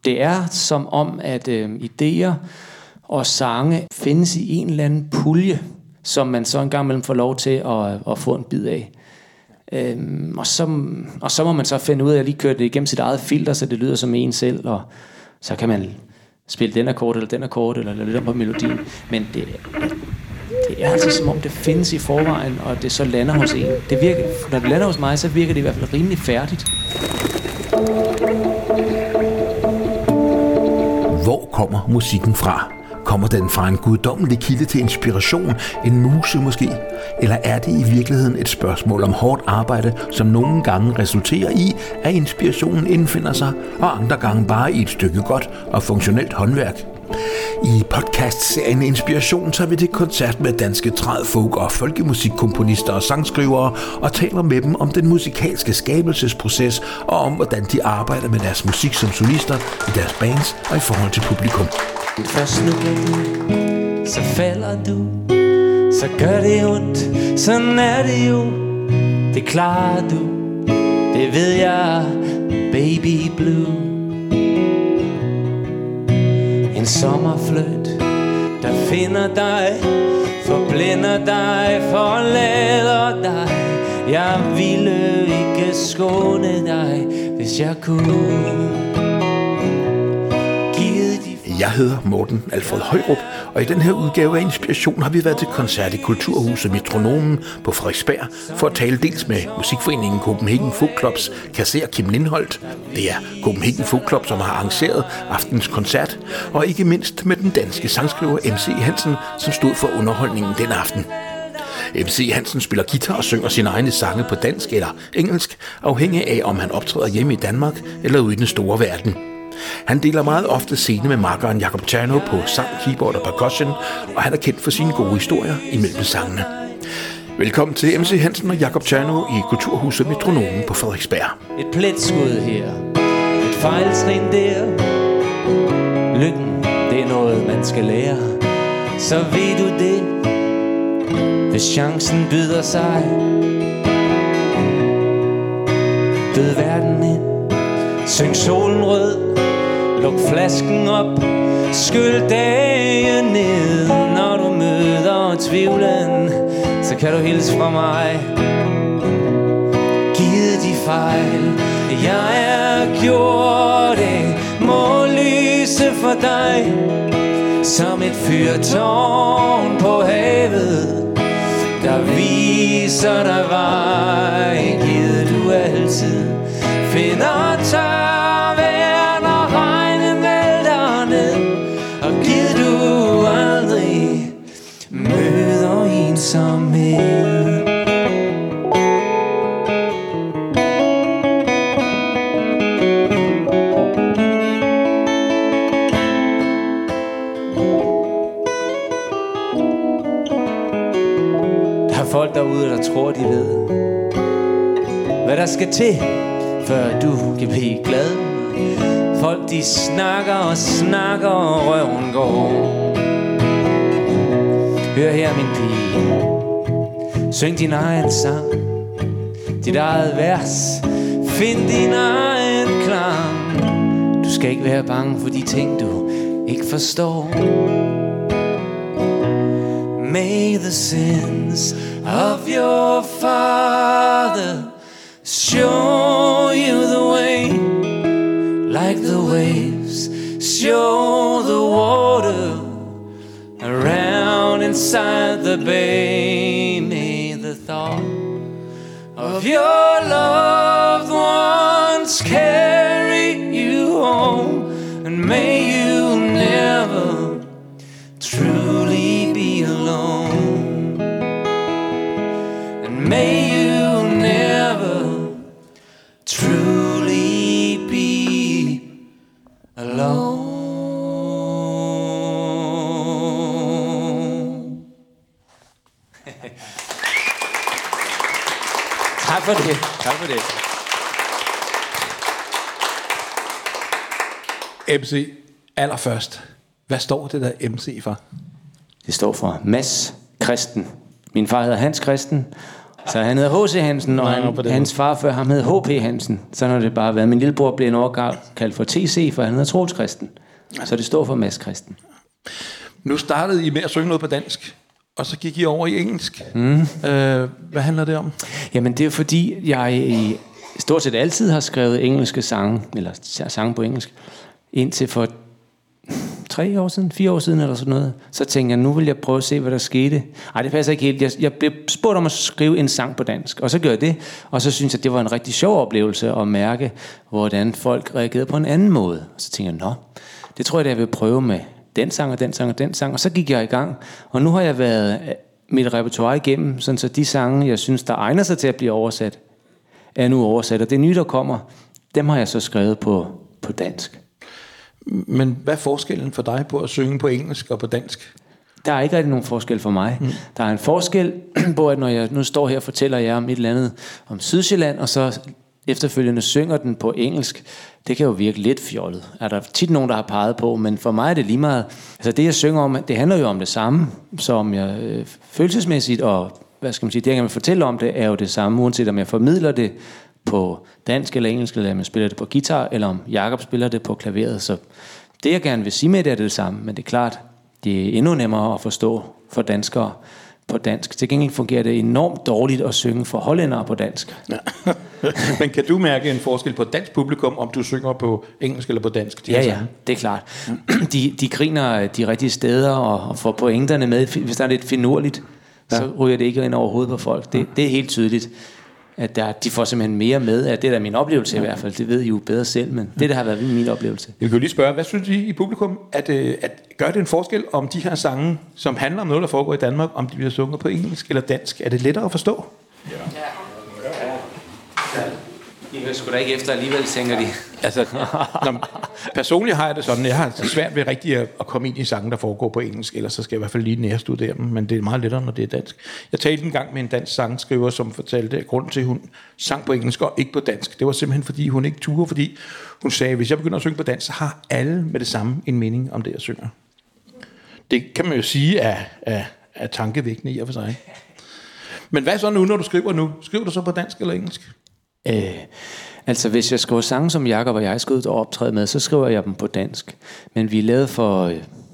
Det er som om, at idéer og sange findes i en eller anden pulje, som man så en gang imellem får lov til at få en bid af. Og så må man så finde ud af at lige køre det igennem sit eget filter, så det lyder som en selv, og så kan man spille den akkord eller lidt på melodien. Men det er altså som om det findes i forvejen, og det så lander hos en. Det virker, når det lander hos mig, så virker det i hvert fald rimelig færdigt. Hvor kommer musikken fra? Kommer den fra en guddommelig kilde til inspiration, en muse måske? Eller er det i virkeligheden et spørgsmål om hårdt arbejde, som nogle gange resulterer i, at inspirationen indfinder sig, og andre gange bare i et stykke godt og funktionelt håndværk? I podcastserien Inspiration tager vi til koncert med danske trad, folk og folkemusikkomponister og sangskrivere og taler med dem om den musikalske skabelsesproces og om, hvordan de arbejder med deres musik som solister, i deres bands og i forhold til publikum. Først snubler du, så falder du, så gør det ondt, sådan er det jo. Det klarer du, det ved jeg, baby blue. En sommerfløjt, der finder dig, forblinder dig, forlader dig. Jeg ville ikke skåne dig, hvis jeg kunne. Jeg hedder Morten Alfred Højrup, og i den her udgave af Inspiration har vi været til koncert i Kulturhuset Metronomen på Frederiksberg for at tale dels med musikforeningen Copenhagen Folk Clubs kasserer Kim Lindholt. Det er Copenhagen Folk Club, som har arrangeret aftens koncert, og ikke mindst med den danske sangskriver MC Hansen, som stod for underholdningen den aften. MC Hansen spiller guitar og synger sine egne sange på dansk eller engelsk, afhængig af om han optræder hjemme i Danmark eller ude i den store verden. Han deler meget ofte scene med makkeren Jakob Czerno på sang, keyboard og percussion, og han er kendt for sine gode historier imellem sangene. Velkommen til MC Hansen og Jakob Czerno i Kulturhuset Metronomen på Frederiksberg. Et pletskud her, et fejltrin der. Lykken, det er noget man skal lære. Så ved du det, hvis chancen byder sig. Død verden ind, syng solen rød. Luk flasken op, skyld dagen ned. Når du møder tvivlen, så kan du hilse fra mig. Givet de fejl, jeg er gjort det, må lyse for dig. Som et fyrtårn på havet, der viser dig vej. Givet du altid finder tør vejr, når regnen vælter ned. Og givet du aldrig møder ensomhed. Der er folk derude, der tror, de ved, hvad der skal til, før du kan blive glad. Folk de snakker og snakker, og røven går. Hør her min pige, syng din egen sang, dit eget vers, find din egen klang. Du skal ikke være bange for de ting du ikke forstår. May the sins of your father show you the way, like the waves show the water around inside the bay. May the thought of your loved ones carry you home, and may you never truly be alone, and may you never truly be alone. Tak for det. Tak for det. MC, allerførst, hvad står det der MC for? Det står for Mads Christen. Min far hedder Hans Christen, Så han hedder H.C. Hansen, og hans far før ham hed H.P. Hansen. Så har det bare været. Min lillebror blev en år kaldt for T.C., for han hedder Troels Christen. Så det står for Mads Christen. Nu startede I med at synge noget på dansk, og så gik I over i engelsk. Hvad handler det om? Jamen det er fordi, jeg stort set altid har skrevet engelske sange, eller sange på engelsk, indtil for 4 år siden eller sådan noget. Så tænkte jeg, nu vil jeg prøve at se, hvad der skete. Nej, det passer ikke helt. Jeg blev spurgt om at skrive en sang på dansk, og så gjorde jeg det. Og så synes jeg, det var en rigtig sjov oplevelse at mærke, hvordan folk reagerede på en anden måde. Og så tænkte jeg, det tror jeg, jeg vil prøve med den sang og den sang og den sang. Og så gik jeg i gang. Og nu har jeg været mit repertoire igennem, sådan så de sange, jeg synes, der egner sig til at blive oversat, er nu oversat. Og det nye, der kommer, dem har jeg så skrevet på dansk. Men hvad er forskellen for dig på at synge på engelsk og på dansk? Der er ikke rigtig nogen forskel for mig. Der er en forskel på, at når jeg nu står her og fortæller jer om et eller andet om Sydsjælland, og så efterfølgende synger den på engelsk, det kan jo virke lidt fjollet. Er der tit nogen, der har peget på, men for mig er det lige meget. Altså det, jeg synger om, det handler jo om det samme, som jeg følelsesmæssigt, og hvad skal man sige, det, jeg kan fortælle om det, er jo det samme, uanset om jeg formidler det på dansk eller engelsk, eller om jeg spiller det på guitar, eller om Jakob spiller det på klaveret. Så det, jeg gerne vil sige med det, er det samme, men det er klart, det er endnu nemmere at forstå for danskere på dansk. Til gengæld fungerer det enormt dårligt at synge for hollændere på dansk. Ja. Men kan du mærke en forskel på dansk publikum, om du synger på engelsk eller på dansk? Ja, det er klart. De griner de rigtige steder og får pointerne med. Hvis der er lidt finurligt, så ryger det ikke ind over hovedet på folk. Det er helt tydeligt, at de får simpelthen mere med. At det er da min oplevelse i hvert fald. Det ved I jo bedre selv, men det har været min oplevelse. Jeg kan jo lige spørge, hvad synes I publikum, at gør det en forskel om de her sange, som handler om noget, der foregår i Danmark, om de bliver sunget på engelsk eller dansk? Er det lettere at forstå? Ja. I hører sgu da ikke efter alligevel, tænker de. Altså, personligt har jeg det sådan, jeg har svært ved rigtig at komme ind i sange, der foregår på engelsk, ellers så skal jeg i hvert fald lige nærstudere dem, men det er meget lettere, når det er dansk. Jeg talte en gang med en dansk sangskriver, som fortalte, at grunden til, at hun sang på engelsk og ikke på dansk, det var simpelthen, fordi hun ikke turde, fordi hun sagde, at hvis jeg begynder at synge på dansk, så har alle med det samme en mening om det, jeg synger. Det kan man jo sige er tankevækkende i og for sig. Men hvad så nu, når du skriver nu? Skriver du så på dansk eller engelsk? Altså hvis jeg skriver sange, som Jakob og jeg skal ud og optræde med, så skriver jeg dem på dansk. Men vi lavede for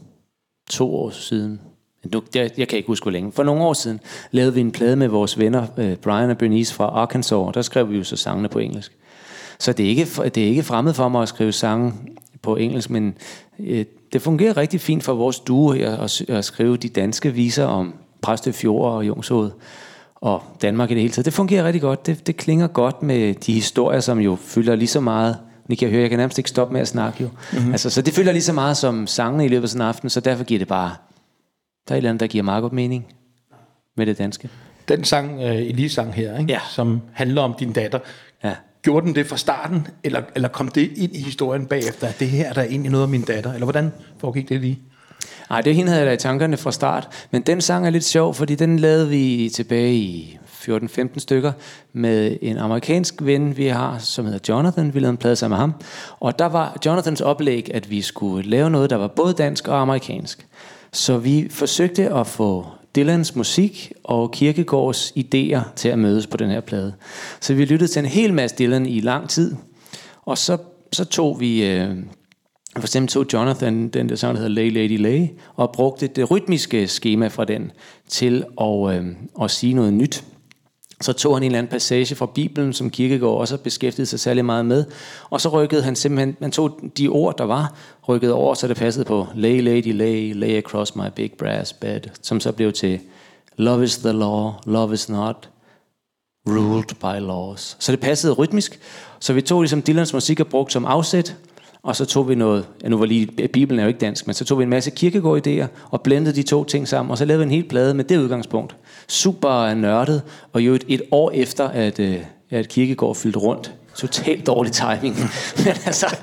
2 år siden, jeg kan ikke huske hvor længe, for nogle år siden lavede vi en plade med vores venner Brian og Bernice fra Arkansas, og der skrev vi jo så sangene på engelsk. Så det er ikke fremmed for mig at skrive sange på engelsk, men det fungerer rigtig fint for vores duo her at skrive de danske viser om Præstø Fjord og Jungshoved og Danmark i det hele taget. Det fungerer rigtig godt. Det klinger godt med de historier, som jo fylder lige så meget. I kan høre, jeg kan nærmest ikke stoppe med at snakke jo. Mm-hmm. Altså, så det fylder lige så meget som sangene i løbet af sådan en aften, så derfor giver det bare, der er et eller andet, der giver meget godt mening med det danske. Den sang, Elise sang her, ikke? Ja. Som handler om din datter. Ja. Gjorde den det fra starten, eller kom det ind i historien bagefter, at det her der er ind i noget af min datter? Eller hvordan foregik det lige? Nej, det hende havde jeg da i tankerne fra start. Men den sang er lidt sjov, fordi den lavede vi tilbage i 14-15 stykker med en amerikansk ven, vi har, som hedder Jonathan. Vi lavede en plade sammen med ham. Og der var Jonathans oplæg, at vi skulle lave noget, der var både dansk og amerikansk. Så vi forsøgte at få Dylans musik og Kierkegaards idéer til at mødes på den her plade. Så vi lyttede til en hel masse Dylan i lang tid. Og så tog vi... For eksempel tog Jonathan den der sang, der hedder Lay Lady Lay, og brugte det rytmiske skema fra den til at sige noget nyt. Så tog han en eller anden passage fra Bibelen, som Kierkegaard også beskæftigede sig særlig meget med, og så rykkede han simpelthen, man tog de ord, der var, rykkede over, så det passede på Lay Lady Lay, lay across my big brass bed, som så blev til Love is the law, love is not ruled by laws. Så det passede rytmisk, så vi tog ligesom Dylans musik og brugte som afsæt, og så tog vi noget, nu var lige, Bibelen er jo ikke dansk, men så tog vi en masse Kierkegaard-idéer og blendede de 2 ting sammen, og så lavede vi en hel plade med det udgangspunkt. Super nørdet, og jo et år efter, at Kierkegaard fyldte rundt. Totalt dårlig timing. Men altså,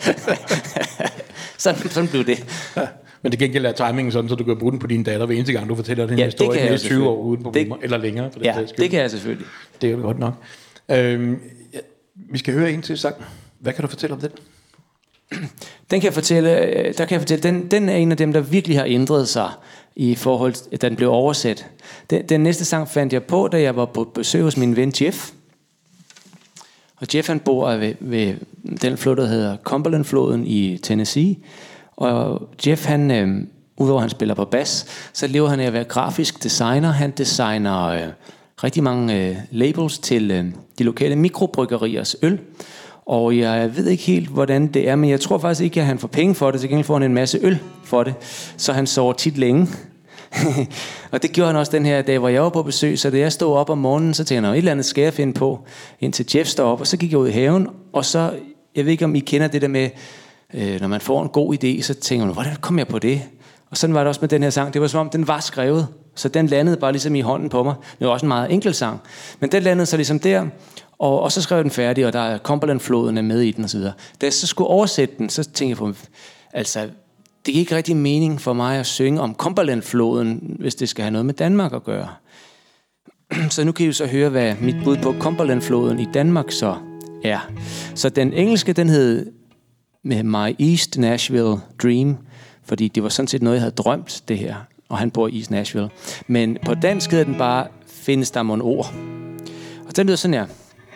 sådan blev det. Ja, men det gengæld er timingen sådan, så du kan bruge den på din datter hver eneste gang, du fortæller den historie i 20 år uden problemer, eller længere. For det kan jeg selvfølgelig. Det er jo godt nok. Vi skal høre en til sang. Hvad kan du fortælle om den? Den kan jeg fortælle, den er en af dem, der virkelig har ændret sig i forhold til, at den blev oversat. Den næste sang fandt jeg på, da jeg var på besøg hos min ven Jeff. Og Jeff han bor ved den flod, der hedder Cumberland-floden i Tennessee. Og Jeff han, udover han spiller på bas, så lever han af at være grafisk designer. Han designer rigtig mange labels til de lokale mikrobryggeriers øl. Og jeg ved ikke helt, hvordan det er, men jeg tror faktisk ikke, at han får penge for det. Til gengæld får han en masse øl for det, så han sover tit længe. Og det gjorde han også den her dag, hvor jeg var på besøg. Så da jeg stod op om morgenen, så tænkte jeg, et eller andet skal jeg finde på, indtil Jeff står op. Og så gik jeg ud i haven, og så, jeg ved ikke, om I kender det der med, når man får en god idé, så tænker man, hvordan kom jeg på det? Og sådan var det også med den her sang. Det var som om, den var skrevet, så den landede bare ligesom i hånden på mig. Det var også en meget enkel sang, men den landede så ligesom der. Og så skrev jeg den færdig, og der er Cumberland-floden er med i den og så videre. Da jeg så skulle oversætte den, så tænkte jeg på, altså, det giver ikke rigtig mening for mig at synge om Cumberland-floden, hvis det skal have noget med Danmark at gøre. Så nu kan I jo så høre, hvad mit bud på Cumberland-floden i Danmark så er. Så den engelske, den hed med My East Nashville Dream, fordi det var sådan set noget, jeg havde drømt, det her. Og han bor i East Nashville. Men på dansk hedder den bare, findes der mon ord. Og den lyder sådan her.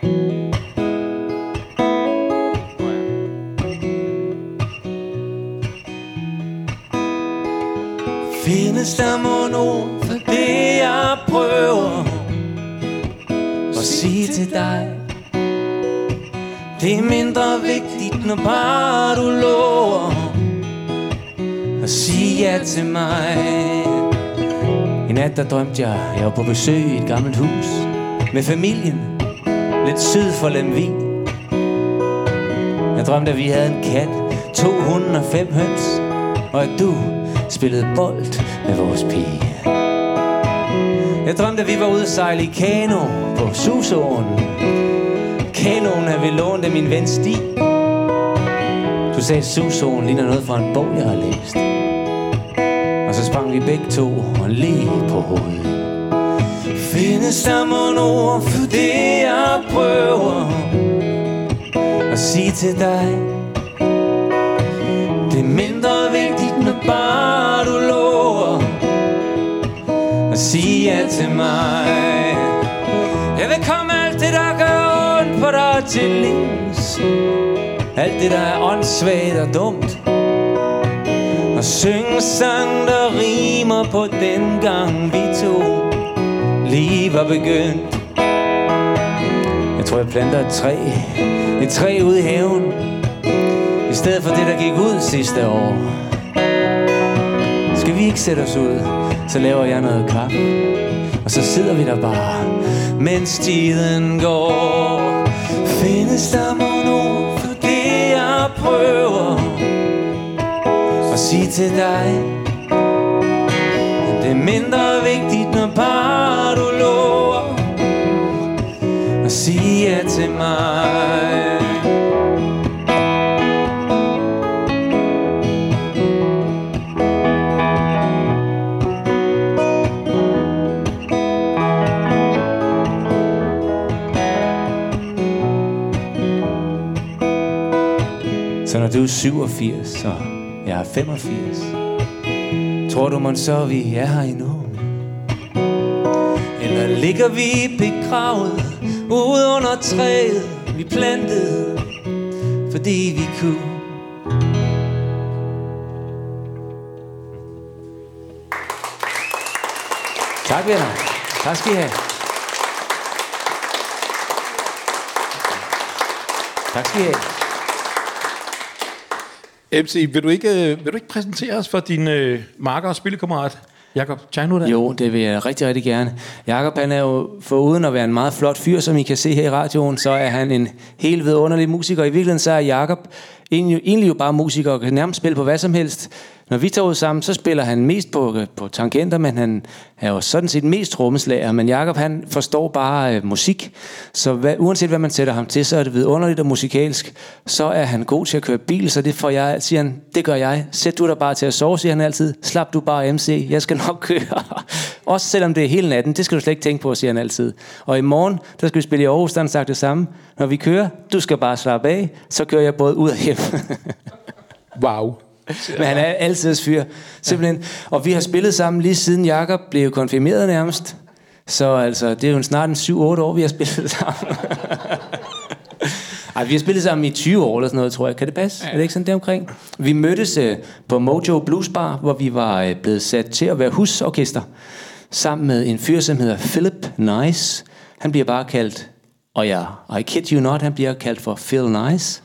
Findes der mon ord for det, jeg prøver at sige til dig? Det er mindre vigtigt, når bare du lover at sige ja til mig. En nat, der drømte jeg var på besøg i et gammelt hus med familien, lidt syd for Lemvig. Jeg drømte, at vi havde en kat, 2 hunde og 5 høns, og at du spillede bold med vores pige. Jeg drømte, at vi var ude at sejle i kano på Susåen. Kanoen havde vi lånt af min ven Stig. Du sagde, at Susåen ligner noget fra en bog, jeg har læst. Og så sprang vi begge to og lige på hovedet. Findes der mon ord for det, jeg prøver at sige til dig? Det er mindre vigtigt, når bare du lover at sige ja til mig. Jeg vil komme alt det, der gør ondt på dig til livs. Alt det, der er åndssvagt og dumt. Og synge sang, der rimer på den gang vi to lige var begyndt. Jeg tror, jeg planter et træ ude i haven, i stedet for det, der gik ud sidste år. Skal vi ikke sætte os ud, så laver jeg noget kaffe, og så sidder vi der bare, mens tiden går. Findes der mon ord for det, jeg prøver at sige til dig? Det er mindre vigtigt, når bare du lover at sige ja til mig. Så når du er 87 og jeg er 85, tror du mon så vi er her endnu? Eller ligger vi begravet ude under træet vi plantede, fordi vi kunne? Tak, venner. Tak skal I have. Tak skal I have. MC, vil du ikke præsentere os for din makker og spillekammerat, Jakob Tjernud? Jo, det vil jeg rigtig, rigtig gerne. Jakob, han er jo foruden at være en meget flot fyr, som I kan se her i radioen, så er han en helt vidunderlig musiker. I virkeligheden så er Jakob egentlig jo bare musiker og kan nærmest spille på hvad som helst. Når vi tager ud sammen, så spiller han mest på tangenter, men han er jo sådan set mest trommeslager. Men Jakob, han forstår bare musik, så uanset hvad man sætter ham til, så er det vidunderligt og musikalsk. Så er han god til at køre bil, så det får jeg, siger han, det gør jeg. Sæt du dig bare til at sove, siger han altid. Slap du bare MC, jeg skal nok køre. Også selvom det er hele natten, det skal du slet ikke tænke på, siger han altid. Og i morgen, der skal vi spille i Aarhus, der har han sagt det samme. Når vi kører, du skal bare slappe af, så kører jeg både ud og hjem. Wow. Men han er altid fyr, simpelthen. Og vi har spillet sammen lige siden Jakob blev konfirmeret nærmest. Så altså, det er jo snart 7-8 år, vi har spillet sammen. Ej, vi har spillet sammen i 20 år eller sådan noget, tror jeg. Kan det passe? Ja. Er det ikke sådan der omkring? Vi mødtes på Mojo Blues Bar, hvor vi var blevet sat til at være husorkester. Sammen med en fyr, som hedder Philip Nice. Han bliver bare kaldt, og ja, I kid you not, han bliver kaldt for Phil Nice.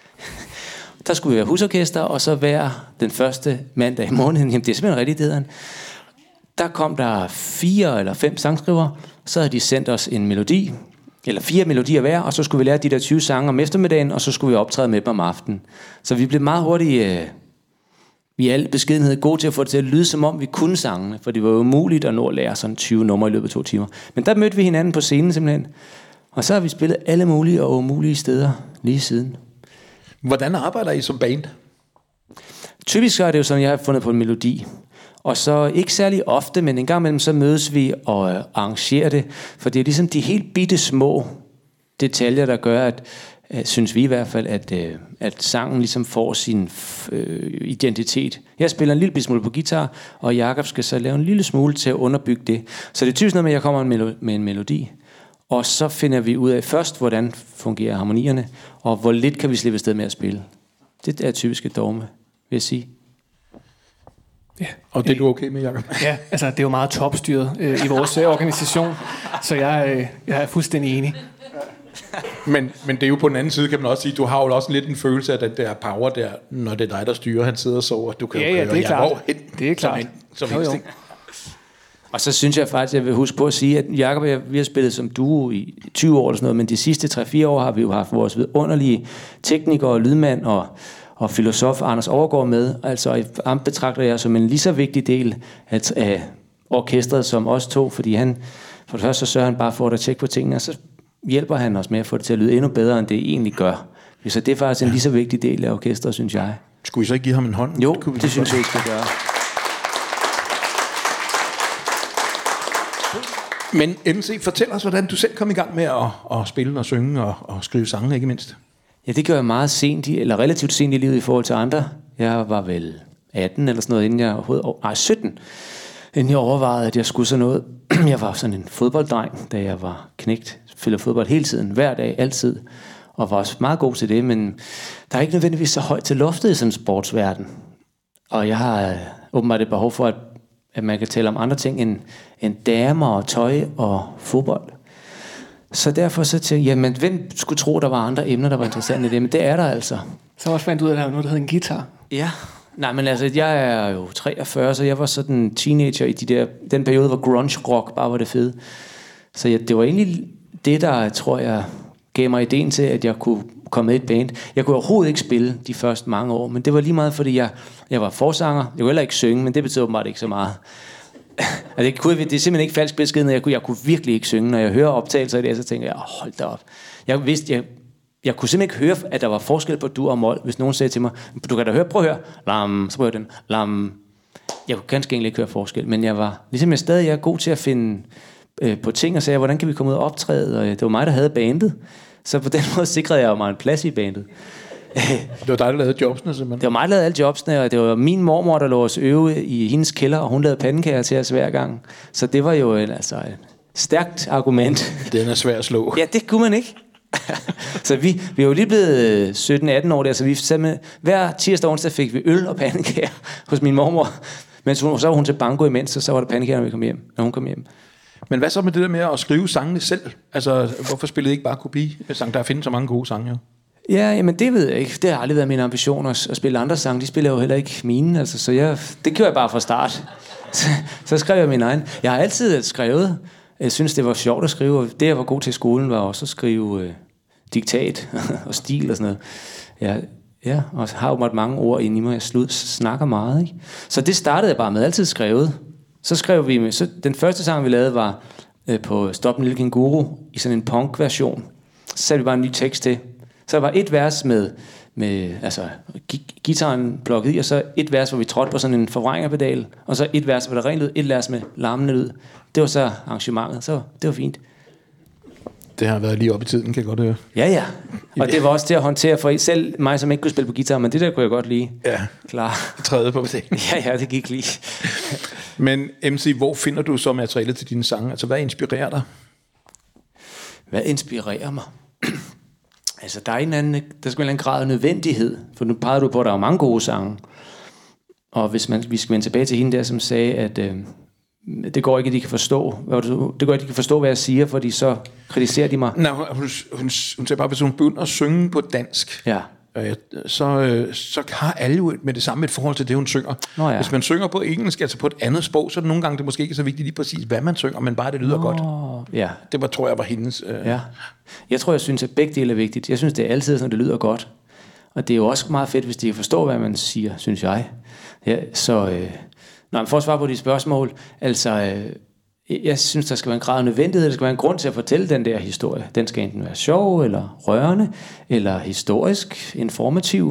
Der skulle vi være husorkester, og så hver den første mandag i måneden, jamen det er simpelthen rigtigt, det hedder han. Der kom der 4 eller 5 sangskrivere, så havde de sendt os en melodi, eller 4 melodier hver, og så skulle vi lære de der 20 sange om eftermiddagen, og så skulle vi optræde med dem om aftenen. Så vi blev meget hurtigt, i al beskedenhed, gode til at få det til at lyde, som om vi kunne sangene, for det var jo umuligt at nå at lære sådan 20 numre i løbet af 2 timer. Men der mødte vi hinanden på scenen simpelthen, og så har vi spillet alle mulige og umulige steder lige siden. Hvordan arbejder I som band? Typisk er det jo sådan, jeg har fundet på en melodi. Og så ikke særlig ofte, men en gang imellem så mødes vi og arrangerer det. For det er ligesom de helt bitte små detaljer, der gør, at synes vi i hvert fald, at sangen ligesom får sin identitet. Jeg spiller en lille smule på guitar, og Jakob skal så lave en lille smule til at underbygge det. Så det er typisk noget med, at jeg kommer med en melodi. Og så finder vi ud af først, hvordan fungerer harmonierne, og hvor lidt kan vi slippe afsted med at spille. Det er typisk et dogme, vil jeg sige. Ja. Og det er du okay med, Jacob? Ja, altså det er jo meget topstyret i vores organisation, så jeg er fuldstændig enig. Men det er jo på den anden side, kan man også sige, du har jo også lidt en følelse af den der power der, når det er dig, der styrer, han sidder og sover, du kan jo køre, det er klart. Det er klart. Som jo. Og så synes jeg faktisk, jeg vil huske på at sige, at Jakob og jeg, vi har spillet som duo i 20 år eller sådan noget, men de sidste 3-4 år har vi jo haft vores vidunderlige tekniker og lydmand og filosof Anders Overgaard med. Altså i amt betragter jeg som en lige så vigtig del af orkestret som os to, fordi han, for det første så sørger han bare for at tjekke på tingene, og så hjælper han os med at få det til at lyde endnu bedre, end det egentlig gør. Så det er faktisk en lige så vigtig del af orkestret, synes jeg. Skulle I så ikke give ham en hånd? Jo, det synes jeg ikke skal gøre. Men MC, fortæl os, hvordan du selv kom i gang med at spille og synge og skrive sange, ikke mindst. Ja, det gjorde jeg meget sent, eller relativt sent i livet i forhold til andre. Jeg var vel 18 eller sådan noget, inden jeg 17, inden jeg overvejede, at jeg skulle sådan noget. Jeg var sådan en fodbolddreng, da jeg var knægt. Spillede fodbold hele tiden, hver dag, altid. Og var også meget god til det, men der er ikke nødvendigvis så højt til loftet i sådan en sportsverden. Og jeg har åbenbart et behov for, at man kan tale om andre ting end damer og tøj og fodbold. Så derfor så tænkte jeg, jamen hvem skulle tro, der var andre emner, der var interessante i det? Men det er der altså. Så også fandt ud af, at der var noget, der hedder en guitar. Ja, nej, men altså, jeg er jo 43, så jeg var sådan teenager i den periode, hvor grunge rock bare var det fede. Så det var egentlig det, der, tror jeg, gav mig ideen til, at jeg kunne komme med i et band. Jeg kunne overhovedet ikke spille de første mange år, men det var lige meget, fordi jeg var forsanger. Jeg kunne heller ikke synge, men det betød åbenbart ikke så meget. Altså, det er simpelthen ikke falsk besked, jeg kunne virkelig ikke synge. Når jeg hører optagelser i det, så tænker jeg, hold da op. Jeg kunne simpelthen ikke høre, at der var forskel på dur og mol, hvis nogen sagde til mig, du kan da høre, prøv at høre, lam, så prøv at høre den, lam. Jeg kunne ganske egentlig ikke høre forskel, men jeg var, ligesom jeg stadig er god til at finde på ting og sagde, hvordan kan vi komme ud og optræde, og det var mig, der havde bandet. Så på den måde sikrede jeg mig en plads i bandet. Det var dig, der lavede jobsene, simpelthen? Det var mig, der lavede alle jobsene, og det var min mormor, der lå os øve i hendes kælder, og hun lavede pandekager til os hver gang. Så det var jo et stærkt argument. Den er svær at slå. Ja, det kunne man ikke. Så vi er jo lige blevet 17-18 år der, så vi sammen hver tirsdag og onsdag fik vi øl og pandekager hos min mormor. Men så var hun til banko imens, og så var der pandekager, når hun kom hjem. Men hvad så med det der med at skrive sangene selv? Altså, hvorfor spillede I ikke bare kopi-sang? Der findes så mange gode sange, jo. Ja, jamen det ved jeg ikke. Det har aldrig været min ambition at spille andre sange. De spiller jo heller ikke mine, altså, så det gjorde jeg bare fra start. Så skrev jeg min egen. Jeg har altid skrevet. Jeg synes, det var sjovt at skrive, og det, jeg var god til i skolen, var også at skrive diktat og stil og sådan noget. Ja, og har jo mange ord inde i mig. Jeg snakker meget, ikke? Så det startede jeg bare med, altid skrevet. Så skrev vi så den første sang, vi lavede, var på Stop en lille kænguru i sådan en punk-version. Så satte vi bare en ny tekst til. Så der var et vers med altså gitaren plukket i, og så et vers, hvor vi trådte på sådan en forvrængerpedal, og så et vers, hvor der rent lyd, et vers med larmende lyd. Det var så arrangementet, så det var fint. Det har været lige op i tiden, kan jeg godt høre. Ja. Og det var også til at håndtere for selv mig, som ikke kunne spille på guitar, men det der kunne jeg godt lige klar. Træde på scenen. Ja, det gik lige. Men MC, hvor finder du så materialet til dine sange? Altså, hvad inspirerer dig? Hvad inspirerer mig? Altså, der skal være en eller anden grad af nødvendighed, for nu pegede du på, at der er mange gode sange. Og hvis vi skal vende tilbage til hende der, som sagde, at det går ikke, at de kan forstå. Det går ikke, at de kan forstå, hvad jeg siger, fordi så kritiserer de mig. Nej, hun sagde bare, hvis hun begynder at synge på dansk, så har alle jo med det samme et forhold til det, hun synger. Hvis man synger på engelsk, altså på et andet sprog, så er det nogle gange det måske ikke så vigtigt lige præcis, hvad man synger, men bare det lyder godt. Ja. Det var, tror jeg, var hendes... Jeg synes, at begge dele er vigtigt. Jeg synes, det er altid, når det lyder godt. Og det er jo også meget fedt, hvis de kan forstå, hvad man siger, synes jeg. Ja, så... Når man får svar på de spørgsmål, altså, jeg synes, der skal være en grad af nødvendighed, der skal være en grund til at fortælle den der historie. Den skal enten være sjov, eller rørende, eller historisk, informativ,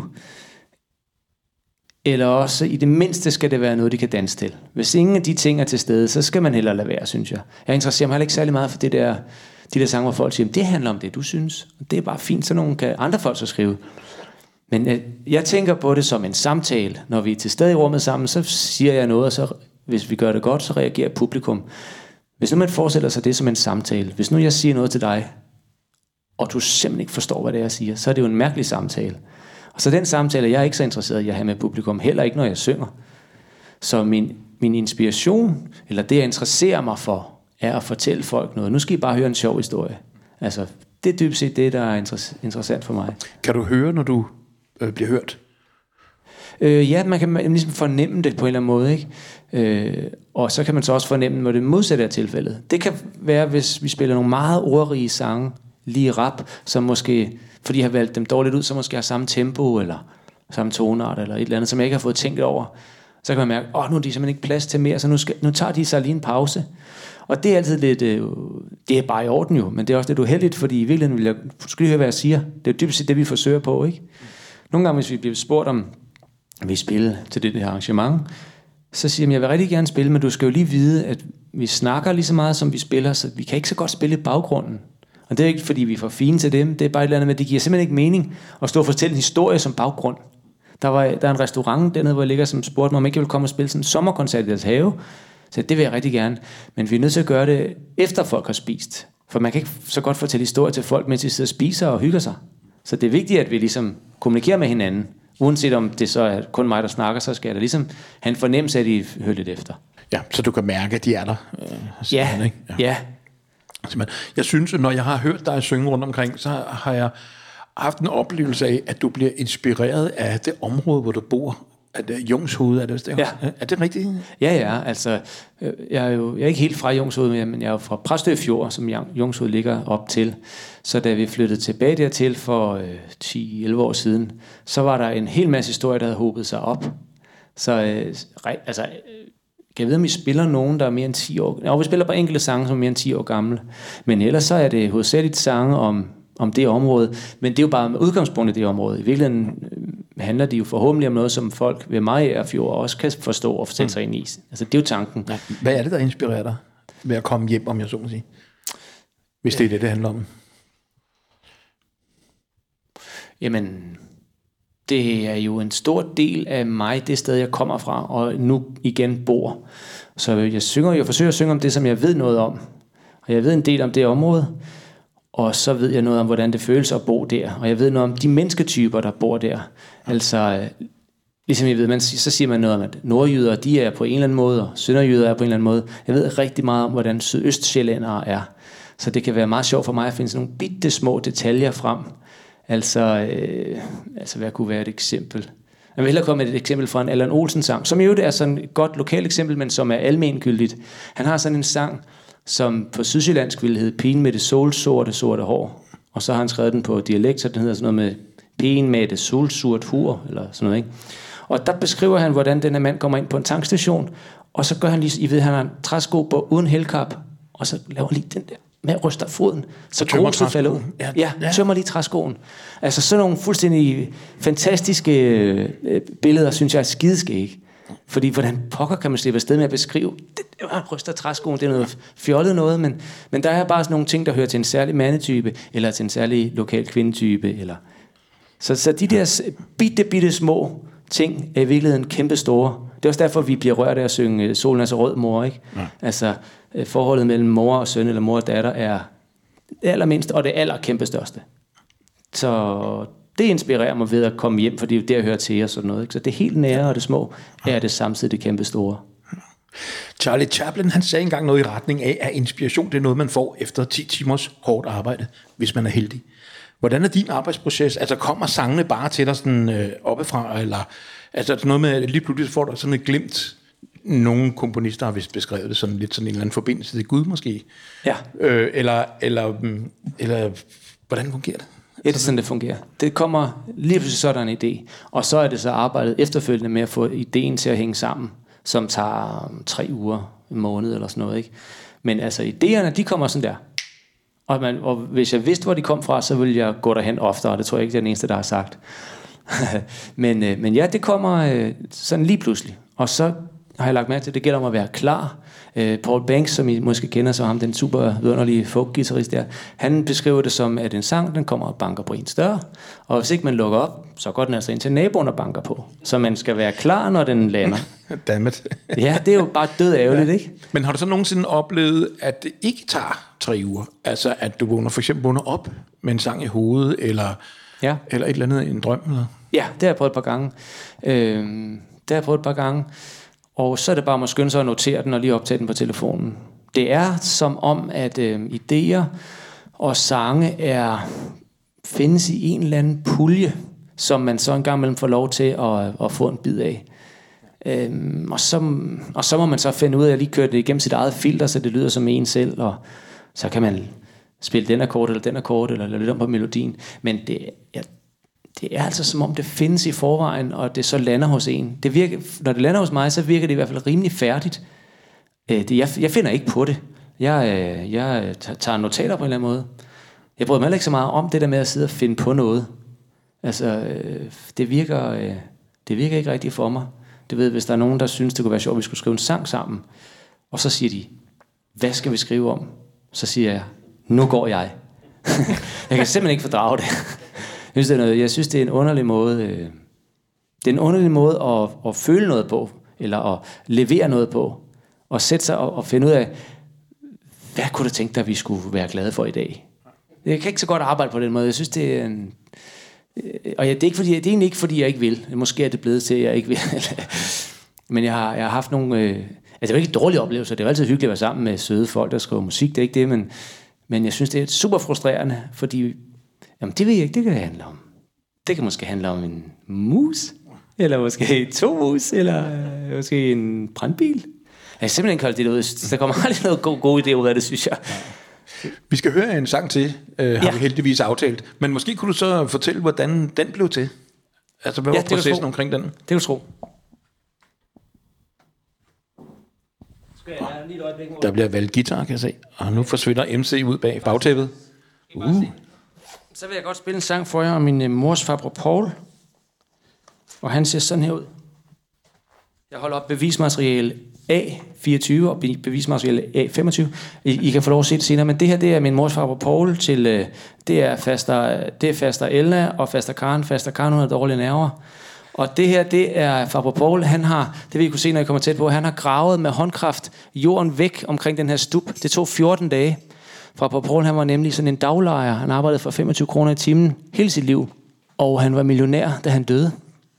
eller også i det mindste skal det være noget, de kan danse til. Hvis ingen af de ting er til stede, så skal man hellere lade være, synes jeg. Jeg interesserer mig heller ikke særlig meget for de der sange, hvor folk siger, det handler om det, du synes. Og det er bare fint, så nogle kan andre folk så skrive. Men jeg tænker på det som en samtale. Når vi er til stede i rummet sammen, så siger jeg noget, og så, hvis vi gør det godt, så reagerer publikum. Hvis nu man forestiller sig det som en samtale, hvis nu jeg siger noget til dig, og du simpelthen ikke forstår, hvad det er, jeg siger, så er det jo en mærkelig samtale. Og så den samtale, jeg er ikke så interesseret i at have med publikum, heller ikke når jeg synger. Så min inspiration, eller det jeg interesserer mig for, er at fortælle folk noget. Nu skal I bare høre en sjov historie. Altså, det er dybest set det, der er interessant for mig. Kan du høre, når du bliver hørt? Ja, man kan ligesom fornemme det på en eller anden måde, ikke? Og så kan man så også fornemme, når det modsatte er tilfældet. Det kan være, hvis vi spiller nogle meget ordrige sange, lige rap, som måske, fordi jeg har valgt dem dårligt ud, så måske har samme tempo, eller samme tonart, eller et eller andet, som jeg ikke har fået tænkt over. Så kan man mærke, nu er de simpelthen ikke plads til mere, så nu tager de sig lige en pause. Og det er altid lidt, det er bare i orden jo, men det er også lidt uheldigt, fordi i virkeligheden vil jeg, skal lige høre, hvad jeg siger. Det er jo dybest set det, vi forsøger på, ikke? Nogle gange, hvis vi bliver spurgt om, vi spiller til det her arrangement, så siger jeg vil rigtig gerne spille, men du skal jo lige vide, at vi snakker lige så meget, som vi spiller, så vi kan ikke så godt spille i baggrunden. Og det er ikke, fordi vi er for fine til dem, det er bare et eller andet med, det giver simpelthen ikke mening at stå og fortælle en historie som baggrund. Der er en restaurant dernede, hvor jeg ligger, som spurgte mig, om ikke jeg vil komme og spille sådan en sommerkoncert i deres have. Så det vil jeg rigtig gerne. Men vi er nødt til at gøre det, efter folk har spist. For man kan ikke så godt fortælle historier til folk, mens de sidder og spiser og hygger sig. Så det er vigtigt, at vi ligesom kommunikerer med hinanden. Uanset om det så er kun mig, der snakker, så skal jeg da ligesom have en fornemmelse af, at de hører lidt efter. Ja, så du kan mærke, at de er der. Ja. Jeg synes, når jeg har hørt dig synge rundt omkring, så har jeg haft en oplevelse af, at du bliver inspireret af det område, hvor du bor. At Jungshoved, er det? Ja. Er det rigtigt? Ja, altså, jeg er ikke helt fra Jungshoved, men jeg er jo fra Præstø Fjord, som Jungshoved ligger op til. Så da vi flyttede tilbage dertil for 10-11 år siden, så var der en hel masse historier, der havde hobet sig op. Så altså, kan jeg vide, om vi spiller nogen, der er mere end 10 år? Ja, vi spiller bare enkelte sange, som er mere end 10 år gamle. Men ellers så er det hovedsageligt sange om det område. Men det er jo bare med udgangspunkt i det område. I virkeligheden handler det jo forhåbentlig om noget, som folk ved Mariagerfjord også kan forstå og sætte sig ind i. Altså, det er jo tanken. Ja. Hvad er det, der inspirerer dig ved at komme hjem, om jeg så må sige? Hvis det er det handler om. Jamen, det er jo en stor del af mig, det sted, jeg kommer fra, og nu igen bor. Så jeg forsøger at synge om det, som jeg ved noget om. Og jeg ved en del om det område, og så ved jeg noget om, hvordan det føles at bo der. Og jeg ved noget om de mennesketyper, der bor der. Altså, ligesom jeg ved, så siger man noget om, at nordjyder, de er på en eller anden måde, og sønderjyder er på en eller anden måde. Jeg ved rigtig meget om, hvordan sydøstsjællændere er. Så det kan være meget sjovt for mig at finde sådan nogle bitte små detaljer frem. Altså, hvad kunne være et eksempel? Jeg vil hellere komme med et eksempel fra en Allan Olsen-sang, som jo er sådan et godt lokalt eksempel, men som er almengyldigt. Han har sådan en sang, som på sydsjællandsk ville hedde Pigen med det solsorte hår. Og så har han skrevet den på dialekt, så den hedder sådan noget med Pigen med det solsort hur, eller sådan noget, ikke? Og der beskriver han, hvordan denne mand kommer ind på en tankstation, og så gør han lige, han har en træsko på uden hælkap, og så laver lige den der, med at ryster foden, så gruset falder ud. Ja, tømmer lige træskoen. Altså sådan nogle fuldstændig fantastiske billeder, synes jeg er skideskæg. Fordi hvordan pokker kan man slippe afsted med at beskrive ryster træskoen, det er noget fjollet noget, men der er bare sådan nogle ting, der hører til en særlig mandetype, eller til en særlig lokal kvindetype, eller... Så de der bitte små ting er i virkeligheden kæmpe store. Det er også derfor, vi bliver rørt af at synge Solen er så rød, mor, ikke? Ja. Altså, forholdet mellem mor og søn, eller mor og datter, er det allermindste, og det allerkæmpe største. Så det inspirerer mig ved at komme hjem, for det er jo der, jeg hører til og sådan noget, ikke? Så det helt nære og det små, er det samtidig det kæmpe store. Charlie Chaplin, han sagde engang noget i retning af, at inspiration, det er noget, man får efter 10 timers hårdt arbejde, hvis man er heldig. Hvordan er din arbejdsproces? Altså kommer sangene bare til dig sådan oppefra, eller altså er det noget med, at lige pludselig får du sådan et glimt? Nogle komponister har vist beskrevet det sådan lidt sådan en eller anden forbindelse til Gud måske. Ja. Eller hvordan fungerer det? Ja, det er sådan, det fungerer. Det kommer lige pludselig, så er der en idé, og så er det så arbejdet efterfølgende med at få ideen til at hænge sammen, som tager 3 uger, en måned eller sådan noget, ikke? Men altså idéerne, de kommer sådan der. Og hvis jeg vidste, hvor de kom fra, så ville jeg gå derhen oftere, og det tror jeg ikke, det er den eneste, der har sagt. men ja, det kommer sådan lige pludselig. Og så har jeg lagt mærke til, at det gælder om at være klar. Paul Banks, som I måske kender, så ham, den super vidunderlige folk-guitarist der, han beskriver det som, at en sang, den kommer og banker på ens dør, og hvis ikke man lukker op, så går den altså ind til naboen og banker på. Så man skal være klar, når den lander. Dammit. Ja, det er jo bare død ærgerligt, ikke? Men har du så nogensinde oplevet, at det ikke tager 3 uger? Altså, at du for eksempel vågner op med en sang i hovedet, eller et eller andet, en drøm? Eller? Ja, det har jeg prøvet et par gange. Og så er det bare at skynde sig at notere den og lige optage den på telefonen. Det er som om, at idéer og sange findes i en eller anden pulje, som man så en gang imellem får lov til at få en bid af. Og så må man så finde ud af at lige køre det igennem sit eget filter, så det lyder som en selv, og så kan man spille den akkord eller lidt om på melodien. Men det er altså som om det findes i forvejen, og det så lander hos en. Når det lander hos mig, så virker det i hvert fald rimelig færdigt. Jeg finder ikke på det. Jeg tager notater på en eller anden måde. Jeg bryder mig ikke så meget om det der med at sidde og finde på noget. Altså, det virker ikke rigtigt for mig. Du ved, hvis der er nogen, der synes, det kunne være sjovt, at vi skulle skrive en sang sammen, og så siger de, hvad skal vi skrive om? Så siger jeg, nu går jeg. Jeg kan simpelthen ikke fordrage det. Jeg synes, det er en underlig måde. Det er en underlig måde at føle noget på, eller at levere noget på, og sætte sig og finde ud af, hvad kunne du tænke dig, at vi skulle være glade for i dag? Jeg kan ikke så godt arbejde på den måde. Jeg synes, det er en... Og det er egentlig ikke, fordi jeg ikke vil. Måske er det blevet til, at jeg ikke vil. Men jeg har haft nogle... Altså, det er jo ikke dårlige oplevelser. Det er jo altid hyggeligt at være sammen med søde folk, der skriver musik. Det er ikke det, men jeg synes, det er super frustrerende, fordi... Jamen, det ved jeg ikke, det kan det handle om. Det kan måske handle om en mus, eller måske 2 mus, eller måske en brandbil. Jeg har simpelthen kaldt det ud. Der kommer aldrig noget god idé ud af det, synes jeg. Vi skal høre en sang til, har vi heldigvis aftalt. Men måske kunne du så fortælle, hvordan den blev til? Altså, hvad var processen omkring den? Det kan du tro. Der bliver valgt guitar, kan jeg se. Og nu forsvinder MC ud bag bagtæppet. Så vil jeg godt spille en sang for jer om min mors farbror Paul. Og han ser sådan her ud. Jeg holder op bevismateriale A24 og bevismateriale A25. I kan få lov at se det senere, men det her, det er min mors farbror Paul til, det er faster Elna og faster Karen. Faster Karen, hun har dårlige nerver. Og det her, det er farbror Paul, han har, det vil I kunne se, når I kommer tæt på, han har gravet med håndkraft jorden væk omkring den her stup. Det tog 14 dage. Farbror Paul, han var nemlig sådan en daglejer. Han arbejdede for 25 kroner i timen hele sit liv. Og han var millionær, da han døde.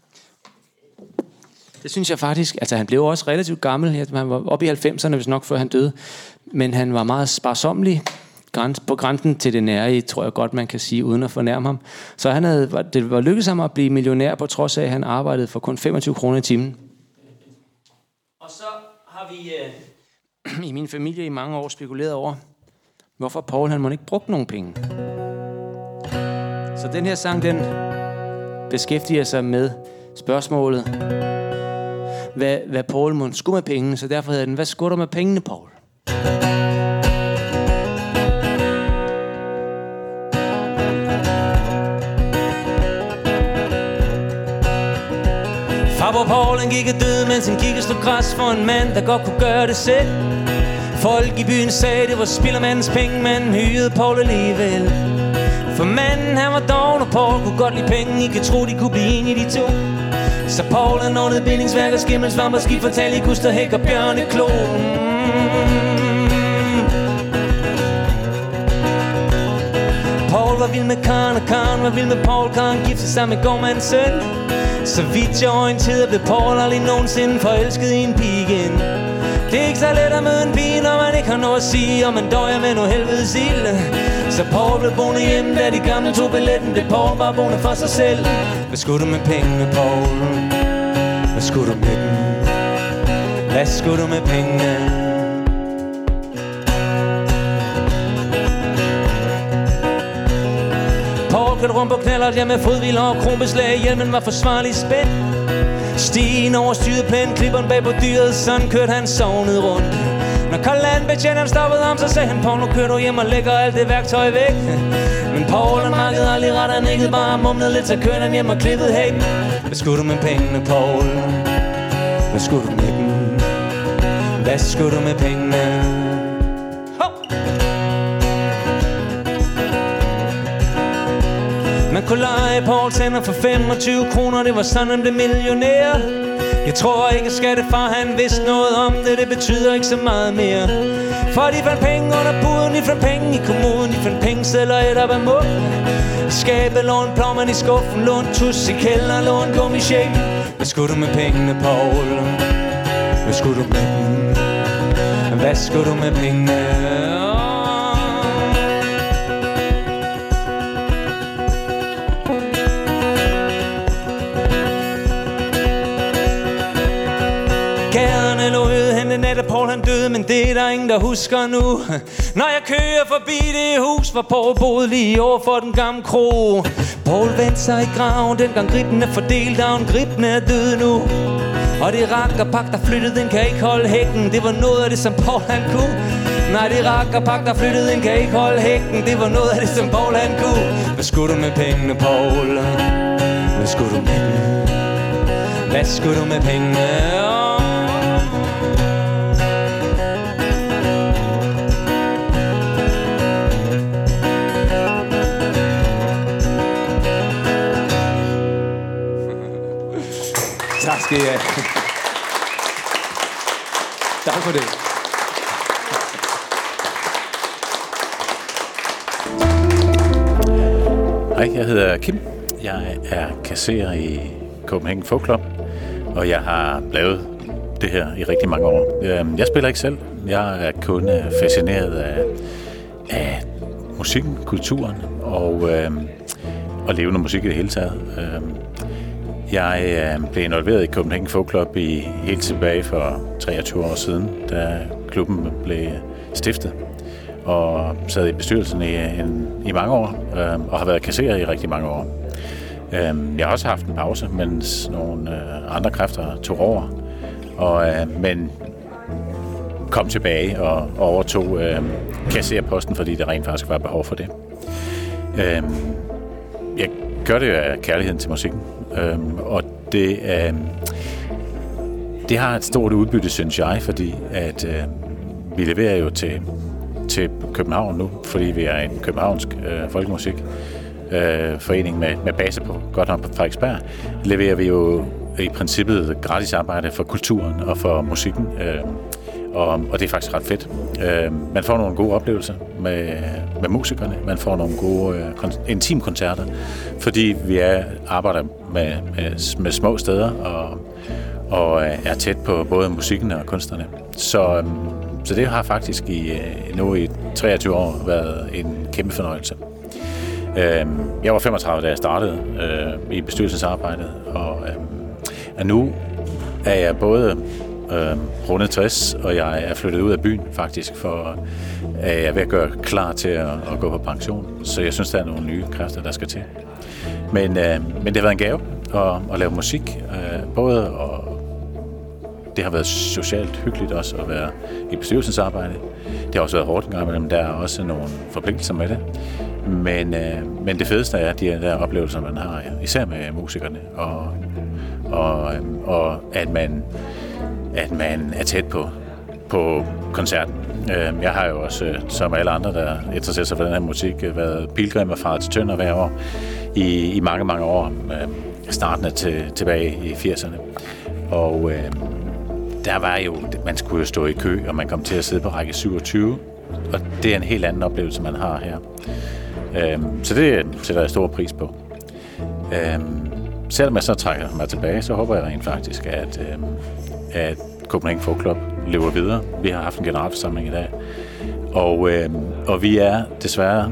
Det synes jeg faktisk, altså han blev også relativt gammel. Han var oppe i 90'erne, hvis nok før han døde. Men han var meget sparsommelig. På grænsen til det nære, tror jeg godt, man kan sige, uden at fornærme ham. Så det var lykkedes ham at blive millionær, på trods af, at han arbejdede for kun 25 kroner i timen. Og så har vi i min familie i mange år spekuleret over, hvorfor Paul han må ikke brugt nogen penge. Så den her sang, den beskæftiger sig med spørgsmålet, hvad Paul må skulle med pengene, så derfor hedder den, hvad skulle du med pengene, Paul? Farbror Paul han gik og døde, mens han gik og slog græs for en mand, der godt kunne gøre det selv. Folk i byen sagde, det var spildermandens penge, men hyrede Paul alligevel. For manden han var doven, og Paul kunne godt lide penge. I kan tro, de kunne blive enige de to. Så Paul han ordnede bindingsværk og skimmelsvamp og skifortal i Kusterhæk og Bjørneklo. Paul var vild med Karen, og Karen var vild med Paul. Karen giftede sig med gårdmandens søn. Så vidt jeg orienterede, blev Paul aldrig nogensinde forelsket i en pige igen. Det er ikke så let at møde en pige, når man ikke har noget at sige, og man døjer med noget helvedes ild. Så Paul blev boende hjemme, da de gamle tog billetten. Det Paul var boende for sig selv. Hvad skulle du med pengene, Paul? Hvad skulle du med dem? Hvad skulle du med pengene? Paul kørte rundt på knallert, ja med fodhviler og kronbeslag. Hjelmen var forsvarlig spændt. Stigen over styret plæn, klipperen bag på dyret. Sådan kørte han sovnet rundt. Når kolandbetjenteren stoppede ham, så sagde han: Paul, nu kører du hjem og lægger alt det værktøj væk. Men Paul han markede aldrig ret, han nikkede bare mumlede lidt, så kørte han hjem og klippede hæk. Hvad skulle du med pengene, Paul? Hvad skulle du med dem? Hvad skulle du med pengene? Man kunne lege Pauls hænder for 25 kroner, det var sådan han blev millionær. Jeg tror ikke, at skattefar han vidste noget om det, det betyder ikke så meget mere. For de fandt penge under buden, de fandt penge i kommoden, de fandt penge sedler et op ad munden. I skabet lå en plovmand i skuffen, lå en tus i kælderen, lå en gummisjæk. Hvad skulle du med pengene, Paul? Hvad skulle du med dem? Hvad skulle du med pengene? Gaderne lå øde hen den nat, Paul han døde, men det er der ingen, der husker nu. Når jeg kører forbi det hus, hvor Paul boede lige over for den gamle kro. Paul vendte sig i graven, dengang gribben er fordelt, og gribben er død nu. Og det rakkerpak, der flyttede, den kan ikke holde hækken. Det var noget af det, som Paul han kunne. Nej, det rakkerpak, der flyttede, den kan ikke holde hækken. Det var noget af det, som Paul han kunne. Hvad skulle du med pengene, Paul? Hvad skulle du med dem? Hvad skulle du med pengene? Tak skal I have. Tak for det. Hej, jeg hedder Kim. Jeg er kasserer i Copenhagen Folk Club, og jeg har lavet det her i rigtig mange år. Jeg spiller ikke selv. Jeg er kun fascineret af musikken, kulturen og levende musik i det hele taget. Jeg blev involveret i Copenhagen Folk Club helt tilbage for 23 år siden, da klubben blev stiftet, og sad i bestyrelsen i mange år, og har været kasserer i rigtig mange år. Jeg har også haft en pause, mens nogle andre kræfter tog over, men kom tilbage og overtog kassererposten, fordi der rent faktisk var behov for det. Jeg gør det af kærligheden til musikken, og det har et stort udbytte, synes jeg, fordi at vi leverer jo til København nu, fordi vi er en københavnsk folkemusik forening med base på godt nok på Frederiksberg, leverer vi jo i princippet gratis arbejde for kulturen og for musikken, og det er faktisk ret fedt. Man får nogle gode oplevelser med musikerne, man får nogle gode intimkoncerter, fordi vi arbejder med små steder og er tæt på både musikken og kunstnerne. Så det har faktisk nu i 23 år været en kæmpe fornøjelse. Jeg var 35, da jeg startede i bestyrelsesarbejdet, og nu er jeg både rundet 60, og jeg er flyttet ud af byen faktisk, for jeg er ved at gøre klar til at gå på pension. Så jeg synes, der er nogle nye kræfter, der skal til. Men det har været en gave at lave musik, både det har været socialt hyggeligt også at være i bestyrelsesarbejde. Det har også været hårdt en gang imellem, der er også nogle forpligtelser med det. Men det fedeste er de der oplevelser, man har, især med musikerne, og at man er tæt på koncerten. Jeg har jo også, som alle andre, der interesserer sig for den her musik, været pilgrim og far til Tønder hver år i mange, mange år, startende tilbage i 80'erne. Og der var jo, man skulle jo stå i kø, og man kom til at sidde på række 27, og det er en helt anden oplevelse, man har her. Så det sætter jeg stor pris på. Selvom jeg så trækker mig tilbage, så håber jeg rent faktisk, at Copenhagen Folk Club lever videre. Vi har haft en generalforsamling i dag, og vi er desværre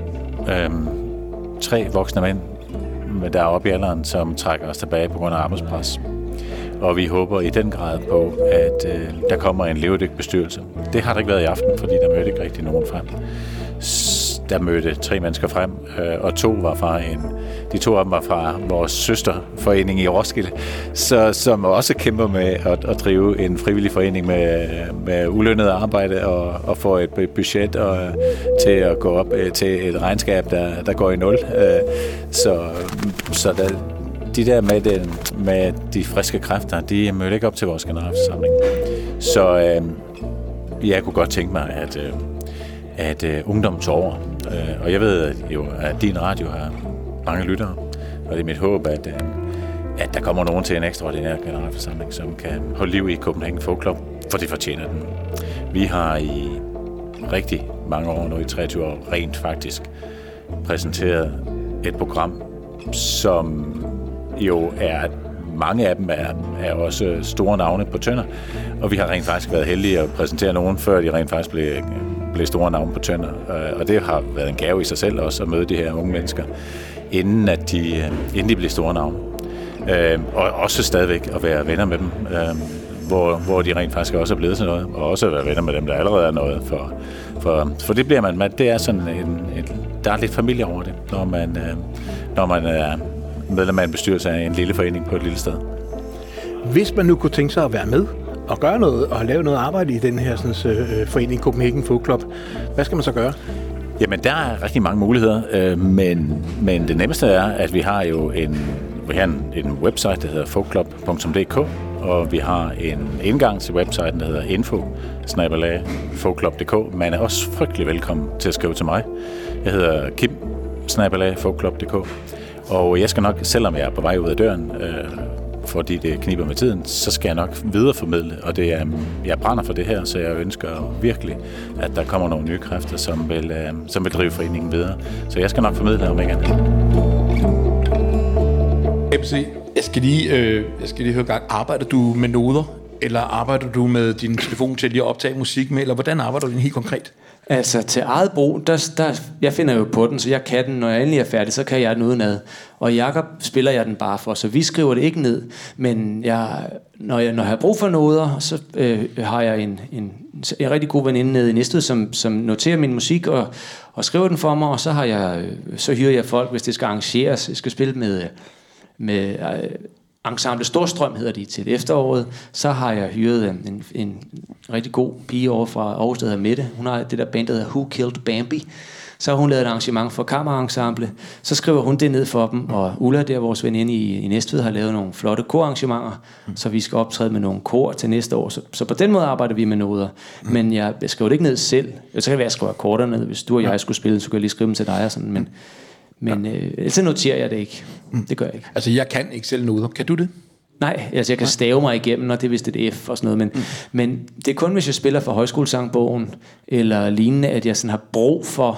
3 voksne mænd, der er oppe i alderen, som trækker os tilbage på grund af arbejdspres. Og vi håber i den grad på, at der kommer en levedygtig bestyrelse. Det har der ikke været i aften, fordi der mødte ikke rigtig nogen frem. Der mødte 3 mennesker frem, og 2 var fra de 2 af dem var fra vores søsterforening i Roskilde, som også kæmper med at drive en frivillig forening med ulønnet arbejde og få et budget til at gå op til et regnskab, der går i 0. Så der, de der med de friske kræfter, de mødte ikke op til vores generalforsamling. Så jeg kunne godt tænke mig, at ungdom tog over. Og jeg ved jo, at din radio har mange lyttere, og det er mit håb, at der kommer nogen til en ekstraordinær generalforsamling, som kan holde liv i Copenhagen Folk Club, for det fortjener den. Vi har i rigtig mange år, nu i 23 år, rent faktisk præsenteret et program, som jo er, mange af dem er også store navne på Tønder, og vi har rent faktisk været heldige at præsentere nogen, før de rent faktisk blev store navne på Tønder. Og det har været en gave i sig selv også at møde de her unge mennesker, inden de blev store navne. Og også stadigvæk at være venner med dem, hvor de rent faktisk også er blevet til noget, og også at være venner med dem, der allerede er noget. For det bliver man, det er sådan der er lidt familie over det, når man er medlem af en bestyrelse af en lille forening på et lille sted. Hvis man nu kunne tænke sig at være med og gøre noget og lave noget arbejde i den her forening Copenhagen Folk Club, hvad skal man så gøre? Jamen, der er rigtig mange muligheder, men det nemmeste er, at vi har jo en en website, der hedder folkclub.dk, og vi har en indgang til websiten, der hedder info@folkclub.dk. Man er også frygtelig velkommen til at skrive til mig. Jeg hedder kim@folkclub.dk, og jeg skal nok, selvom jeg er på vej ud af døren, fordi det kniber med tiden, så skal jeg nok videreformidle, og jeg brænder for det her, så jeg ønsker virkelig, at der kommer nogle nye kræfter, som vil drive foreningen videre. Så jeg skal nok formidle om ikke andet. Jeg skal lige høre gang. Arbejder du med noder, eller arbejder du med din telefon til lige at optage musik med, eller hvordan arbejder du helt konkret? Altså til eget brug, jeg finder jo på den, så jeg kan den, når jeg endelig er færdig, så kan jeg den udenad. Og Jakob spiller jeg den bare for, så vi skriver det ikke ned. Men når jeg har brug for noder, så har jeg en rigtig god veninde nede i Næstved, som noterer min musik og skriver den for mig, og så hyrer jeg folk, hvis det skal arrangeres. Jeg skal spille med Ensemble Storstrøm hedder de til efteråret. Så har jeg hyret en rigtig god pige over fra Aarhus, der hedder Mette. Hun har det der band, der hedder Who Killed Bambi. Så har hun lavet et arrangement for Kammerensemble. Så skriver hun det ned for dem, og Ulla, der vores veninde i Næstved, har lavet nogle flotte korarrangementer, så vi skal optræde med nogle kor til næste år. Så på den måde arbejder vi med noder. Men jeg skriver det ikke ned selv. Så kan jeg skrive akkorder ned. Hvis du og jeg skulle spille, så kan jeg lige skrive dem til dig og sådan, men så noterer jeg det ikke. Det gør jeg ikke. Altså, jeg kan ikke selv noder. Kan du det? Nej, altså jeg kan stave mig igennem, og det er vist et F og sådan noget, men det er kun, hvis jeg spiller for højskolesangbogen, eller lignende, at jeg sådan har brug for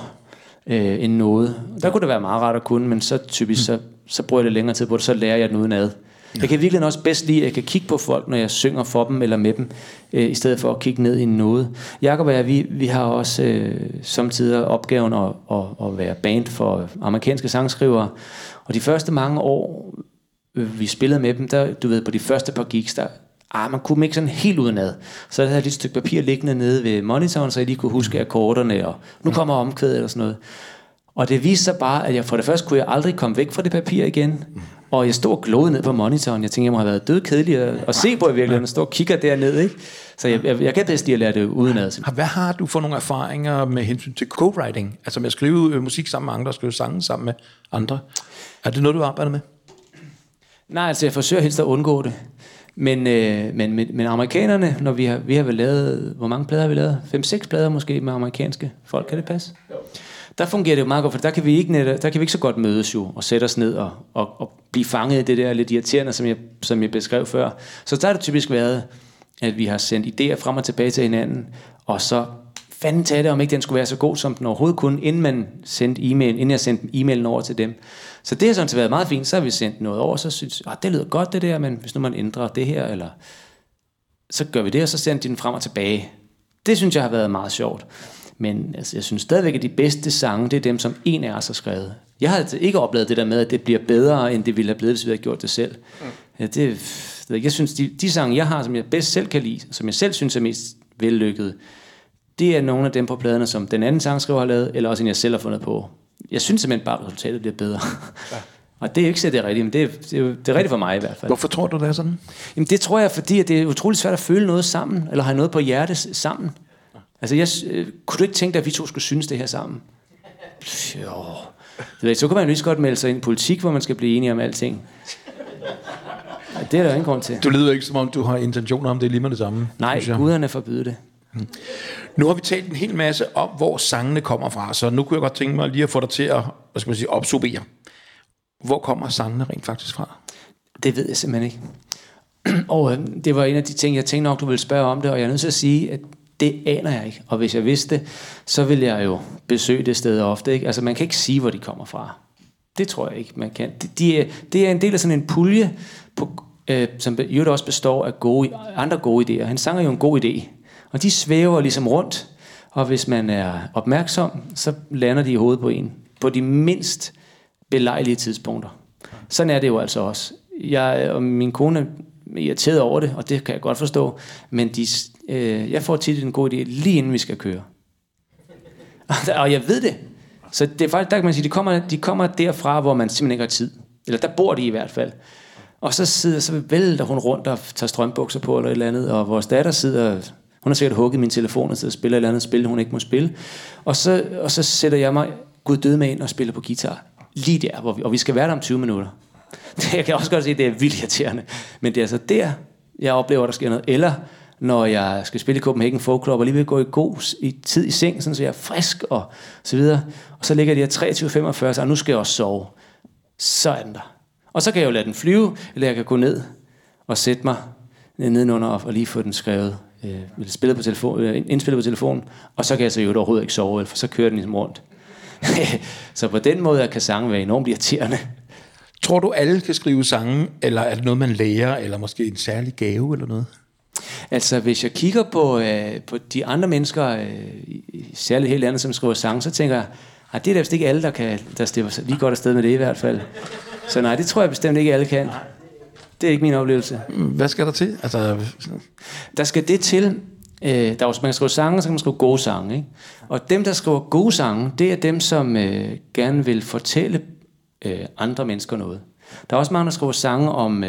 en node. Der kunne det være meget rart at kunne, men så typisk, så bruger jeg det længere tid på det, så lærer jeg den udenad. Jeg kan virkelig også bedst lide, at jeg kan kigge på folk, når jeg synger for dem eller med dem, i stedet for at kigge ned i en node. Jakob og jeg, vi har også samtidig opgaven at være band for amerikanske sangskrivere. Og de første mange år, vi spillede med dem, der, du ved, på de første par gigs, man kunne ikke sådan helt udenad. Så der havde jeg et stykke papir liggende nede ved monitoren, så jeg lige kunne huske akkorderne, og nu kommer omkvædet eller sådan noget. Og det viste sig bare, at for det første kunne jeg aldrig komme væk fra det papir igen. Og jeg stod og glodede ned på monitoren. Jeg tænkte, jeg må have været dødkedelig at se på i virkeligheden. Jeg stod og kigger derned, ikke? Så jeg kan bedst lige at lære det udenad. Hvad har du for nogle erfaringer med hensyn til co-writing? Altså med at skrive musik sammen med andre, og skrive sange sammen med andre. Er det noget, du arbejder med? Nej, altså jeg forsøger helst at undgå det. Men amerikanerne, når vi har vel lavet, hvor mange plader har vi lavet? 5-6 plader måske med amerikanske folk, kan det passe? Jo. Der fungerer det jo meget godt, for der kan vi ikke så godt mødes jo, og sætte os ned og blive fanget i det der lidt irriterende, som jeg beskrev før. Så der har det typisk været, at vi har sendt idéer frem og tilbage til hinanden, og så fanden tage det, om ikke den skulle være så god, som den overhovedet kunne, inden jeg sendte e-mailen over til dem. Så det har sådan set været meget fint. Så har vi sendt noget over, så synes det lyder godt det der, men hvis nu man ændrer det her, eller så gør vi det, og så sender de den frem og tilbage. Det synes jeg har været meget sjovt. Men altså, jeg synes stadigvæk, at de bedste sange, det er dem, som en af os har skrevet. Jeg har ikke oplevet det der med, at det bliver bedre, end det ville have blevet, hvis vi havde gjort det selv. Ja, jeg synes, de sange, jeg har, som jeg bedst selv kan lide, som jeg selv synes er mest vellykket, det er nogle af dem på pladerne, som den anden sangskriver har lavet, eller også en, jeg selv har fundet på. Jeg synes simpelthen bare, at resultatet bliver bedre. Ja. Og det er jo ikke så det er rigtigt, men det er rigtigt for mig i hvert fald. Hvorfor tror du, det er sådan? Jamen det tror jeg, fordi at det er utroligt svært at føle noget sammen, eller have noget på hjertet sammen. Altså, kunne du ikke tænke dig, at vi to skulle synes det her sammen? Jo. Så kan man jo lige så godt melde sig ind i politik, hvor man skal blive enige om alting. Det er der ingen grund til. Du lyder ikke, som om du har intentioner om det lige med det samme. Nej, guderne forbyder det. Nu har vi talt en hel masse om, hvor sangene kommer fra, så nu kunne jeg godt tænke mig lige at få dig til at opsummere. Hvor kommer sangene rent faktisk fra? Det ved jeg simpelthen ikke. Og det var en af de ting, jeg tænkte nok, du ville spørge om det, og jeg er nødt til at sige, at det aner jeg ikke. Og hvis jeg vidste det, så ville jeg jo besøge det sted ofte. Ikke? Altså man kan ikke sige, hvor de kommer fra. Det tror jeg ikke, man kan. Det er en del af sådan en pulje, som jo også består af andre gode idéer. Han sanger jo en god idé. Og de svæver ligesom rundt, og hvis man er opmærksom, så lander de i hovedet på en, på de mindst belejlige tidspunkter. Sådan er det jo altså også. Jeg og min kone er irriteret over det, og det kan jeg godt forstå, men jeg får tit en god idé, lige inden vi skal køre. Og jeg ved det. Så det er faktisk, der kan man sige, de kommer derfra, hvor man simpelthen ikke har tid. Eller der bor de i hvert fald. Og så vælter hun rundt og tager strømbukser på eller et eller andet, og vores datter sidder... Hun har sikkert hugget min telefon og spiller et eller andet spil, hun ikke må spille. Og så sætter jeg mig Gud døde med ind og spiller på guitar. Lige der, og vi skal være der om 20 minutter. Jeg kan også godt se, at det er vildt irriterende. Men det er altså der, jeg oplever, at der sker noget. Eller når jeg skal spille i Copenhagen Folk Club, og lige vil gå i tid i seng, sådan, så jeg er frisk og så videre. Og så ligger de her 23:45, så nu skal jeg også sove. Så er den der. Og så kan jeg jo lade den flyve, eller jeg kan gå ned og sætte mig nedenunder og lige få den skrevet. Indspillet på telefonen, og så kan jeg så jo overhovedet ikke sove, for så kører den ligesom rundt. Så på den måde kan sangen være enormt irriterende. Tror du, alle kan skrive sange, eller er det noget, man lærer, eller måske en særlig gave eller noget? Altså, hvis jeg kigger på de andre mennesker, særligt helt andre, som skriver sange, så tænker jeg, det er da vist ikke alle, der stiller lige godt afsted med det i hvert fald. Så nej, det tror jeg bestemt ikke alle kan. Det er ikke min oplevelse. Hvad skal der til? Altså... Der skal det til. Man kan skrive sange, så kan man skrive gode sange. Ikke? Og dem, der skriver gode sange, det er dem, som gerne vil fortælle andre mennesker noget. Der er også mange, der skriver sange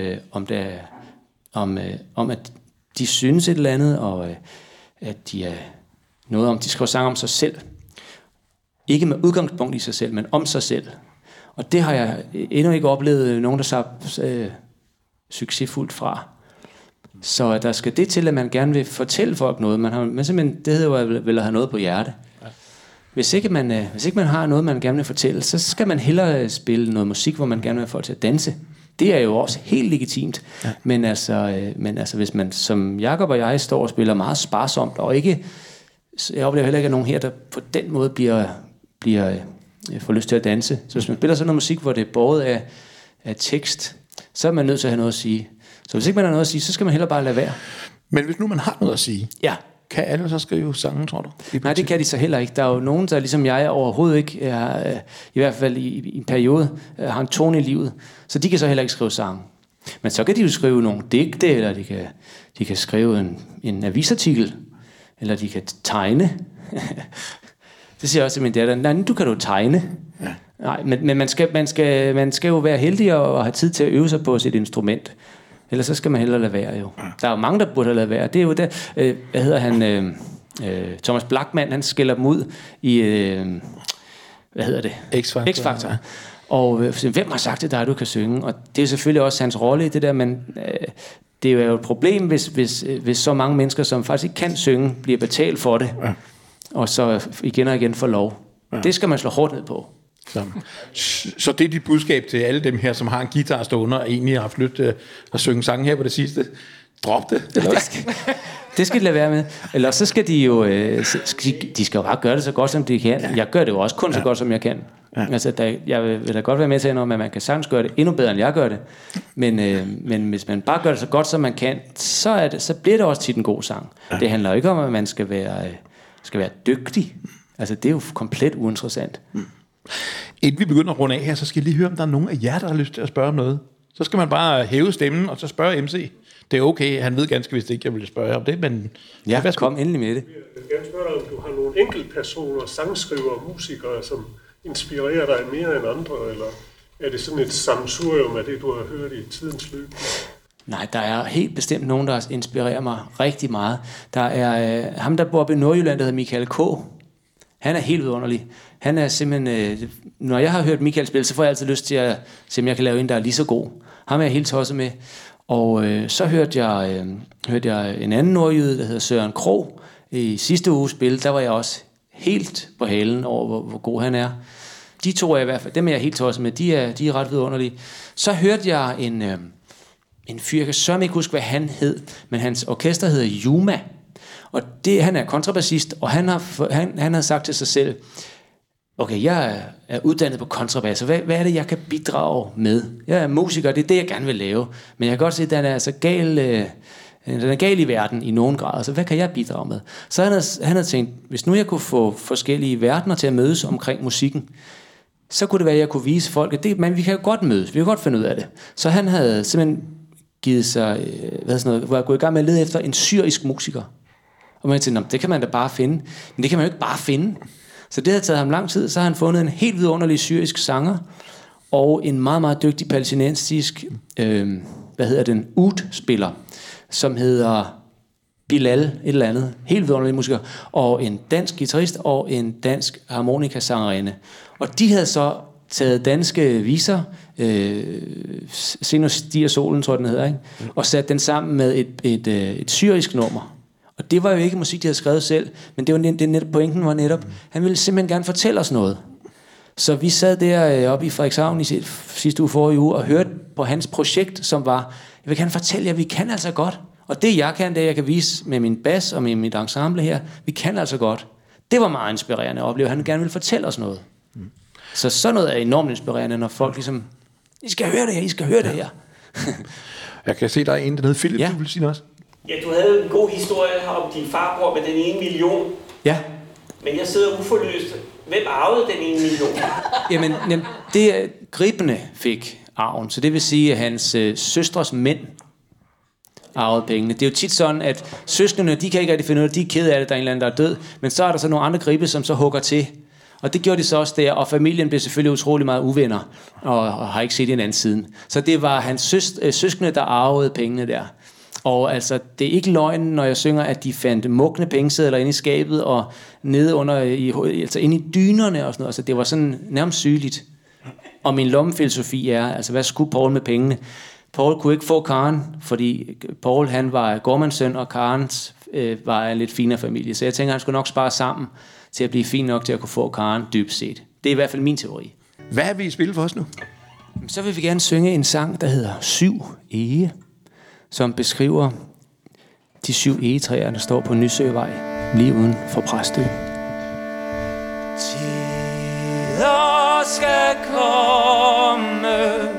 om at de synes et eller andet, og at de er noget om. De skriver sange om sig selv. Ikke med udgangspunkt i sig selv, men om sig selv. Og det har jeg endnu ikke oplevet nogen, der så succesfuldt fra. Så der skal det til, at man gerne vil fortælle folk noget. Man simpelthen, det hedder jo vel at have noget på hjerte. Ja. Hvis ikke man har noget, man gerne vil fortælle, så skal man hellere spille noget musik, hvor man gerne vil have folk til at danse. Det er jo også helt legitimt. Ja. Men altså, hvis man som Jakob og jeg står og spiller meget sparsomt, og ikke, jeg oplever heller ikke, at nogen her, der på den måde bliver får lyst til at danse. Så hvis man spiller sådan noget musik, hvor det er båret af tekst, så er man nødt til at have noget at sige. Så hvis ikke man har noget at sige, så skal man hellere bare lade være. Men hvis nu man har noget at sige, ja. Kan alle så skrive sange, tror du? Nej, det kan de så heller ikke. Der er jo nogen, der ligesom jeg overhovedet ikke, i hvert fald i en periode, har en tone i livet. Så de kan så heller ikke skrive sange. Men så kan de jo skrive nogle digte, eller de kan skrive en avisartikel, eller de kan tegne. Det siger jeg også til min datter. Nej, du kan jo tegne. Ja. Nej, men man skal jo være heldig og have tid til at øve sig på sit instrument. Ellers så skal man hellere lade være jo. Der er jo mange, der burde have ladet være. Det er jo der, hvad hedder han? Thomas Blachman, han skælder dem ud i, hvad hedder det? X-Factor. X-Factor. Og hvem har sagt til dig, at du kan synge? Og det er selvfølgelig også hans rolle i det der, men det er jo et problem, hvis så mange mennesker, som faktisk ikke kan synge, bliver betalt for det, og så igen og igen får lov. Det skal man slå hårdt ned på. Så det er dit budskab til alle dem her, som har en guitar stående og egentlig har haft lyst til at synge sange her på det sidste. Drop det. Det skal de lade være med. Eller så skal de jo de skal jo bare gøre det så godt, som de kan. Jeg gør det jo også kun så godt, som jeg kan. Altså, jeg vil da godt være med til at man kan sagtens gøre det endnu bedre, end jeg gør det. Men hvis man bare gør det så godt, som man kan, så bliver det også tit en god sang. Det handler jo ikke om, at man skal være dygtig. Altså, det er jo komplet uinteressant. Inden vi begynder at runde af her, så skal jeg lige høre, om der er nogen af jer, der har lyst til at spørge om noget. Så skal man bare hæve stemmen, og så spørge MC. Det er okay, han ved ganske vist ikke, jeg ville spørge om det, men... Ja, kom endelig med det. Jeg vil gerne spørge dig, om du har nogle enkeltpersoner, sangskrivere og musikere, som inspirerer dig mere end andre, eller er det sådan et sammensurium af det, du har hørt i tidens løb? Nej, der er helt bestemt nogen, der inspirerer mig rigtig meget. Der er ham, der bor oppe i Nordjylland, der hedder Michael K. Han er helt vidunderlig. Han er simpelthen... når jeg har hørt Michael spille, så får jeg altid lyst til at se, om jeg kan lave en, der er lige så god. Ham er jeg helt tosset med. Og så hørte jeg en anden nordjyde, der hedder Søren Krog. I sidste uge spil, der var jeg også helt på halen over, hvor god han er. De to er i hvert fald, dem er jeg helt tosset med, de er ret vidunderlige. Så hørte jeg en fyr, jeg kan sørge ikke huske, hvad han hed, men hans orkester hedder Yuma. Og han er kontrabassist, og han har sagt til sig selv, okay, jeg er uddannet på kontrabas, så hvad er det, jeg kan bidrage med? Jeg er musiker, det er det, jeg gerne vil lave. Men jeg kan godt se, at den er altså gal i verden i nogen grad, så hvad kan jeg bidrage med? Så han havde tænkt, hvis nu jeg kunne få forskellige verdener til at mødes omkring musikken, så kunne det være, at jeg kunne vise folk, at men vi kan jo godt mødes, vi kan godt finde ud af det. Så han havde simpelthen givet sig, var gået i gang med at lede efter en syrisk musiker. Og man tænkte, det kan man da bare finde. Men det kan man jo ikke bare finde. Så det har taget ham lang tid. Så har han fundet en helt vidunderlig syrisk sanger, og en meget, meget dygtig palæstinensisk, ud-spiller, som hedder Bilal, et eller andet. Helt vidunderlig musiker. Og en dansk guitarist, og en dansk harmonikasangerinde. Og de havde så taget danske viser, Senere stiger solen, tror jeg den hedder, ikke? Og sat den sammen med et syrisk nummer. Og det var jo ikke musik, de havde skrevet selv, men pointen var netop, han ville simpelthen gerne fortælle os noget. Så vi sad der oppe i Frederikshavn i sidste uge, forrige uge, og hørte på hans projekt, som var, jeg vil gerne fortælle jer, vi kan altså godt. Og det jeg kan, det jeg kan vise med min bas og med mit ensemble her, vi kan altså godt. Det var meget inspirerende at opleve, han gerne ville fortælle os noget. Så sådan noget er enormt inspirerende, når folk ligesom, I skal høre det her. Jeg kan se, der er en, der hedder Philip, du vil sige noget også. Ja, du havde en god historie om din farbror med den 1 million. Ja. Men jeg sidder uforløst. Hvem arvede den 1 million? Jamen det er gribende fik arven. Så det vil sige, at hans søstres mænd arvede pengene. Det er jo tit sådan, at søskende, de kan ikke rigtig finde ud af, de er kede af det, der er en eller anden, der er død. Men så er der så nogle andre gribe, som så hugger til. Og det gjorde de så også der, og familien blev selvfølgelig utrolig meget uvenner, og har ikke set en anden siden. Så det var hans søskende, der arvede pengene der. Og altså, det er ikke løgn, når jeg synger, at de fandt mugne pengesedler inde i skabet, og nede under, altså inde i dynerne og sådan noget. Altså, det var sådan nærmest sygeligt. Og min lommefilosofi er, altså, hvad skulle Paul med pengene? Paul kunne ikke få Karen, fordi Paul, han var gårdmandssøn, og Karens var en lidt finere familie. Så jeg tænker, han skulle nok spare sammen til at blive fin nok til at kunne få Karen dybest set. Det er i hvert fald min teori. Hvad vil I spille for os nu? Så vil vi gerne synge en sang, der hedder 7 Ege, som beskriver de 7 egetræer, der står på Nysøvej, lige uden for Præstø. Tider skal komme,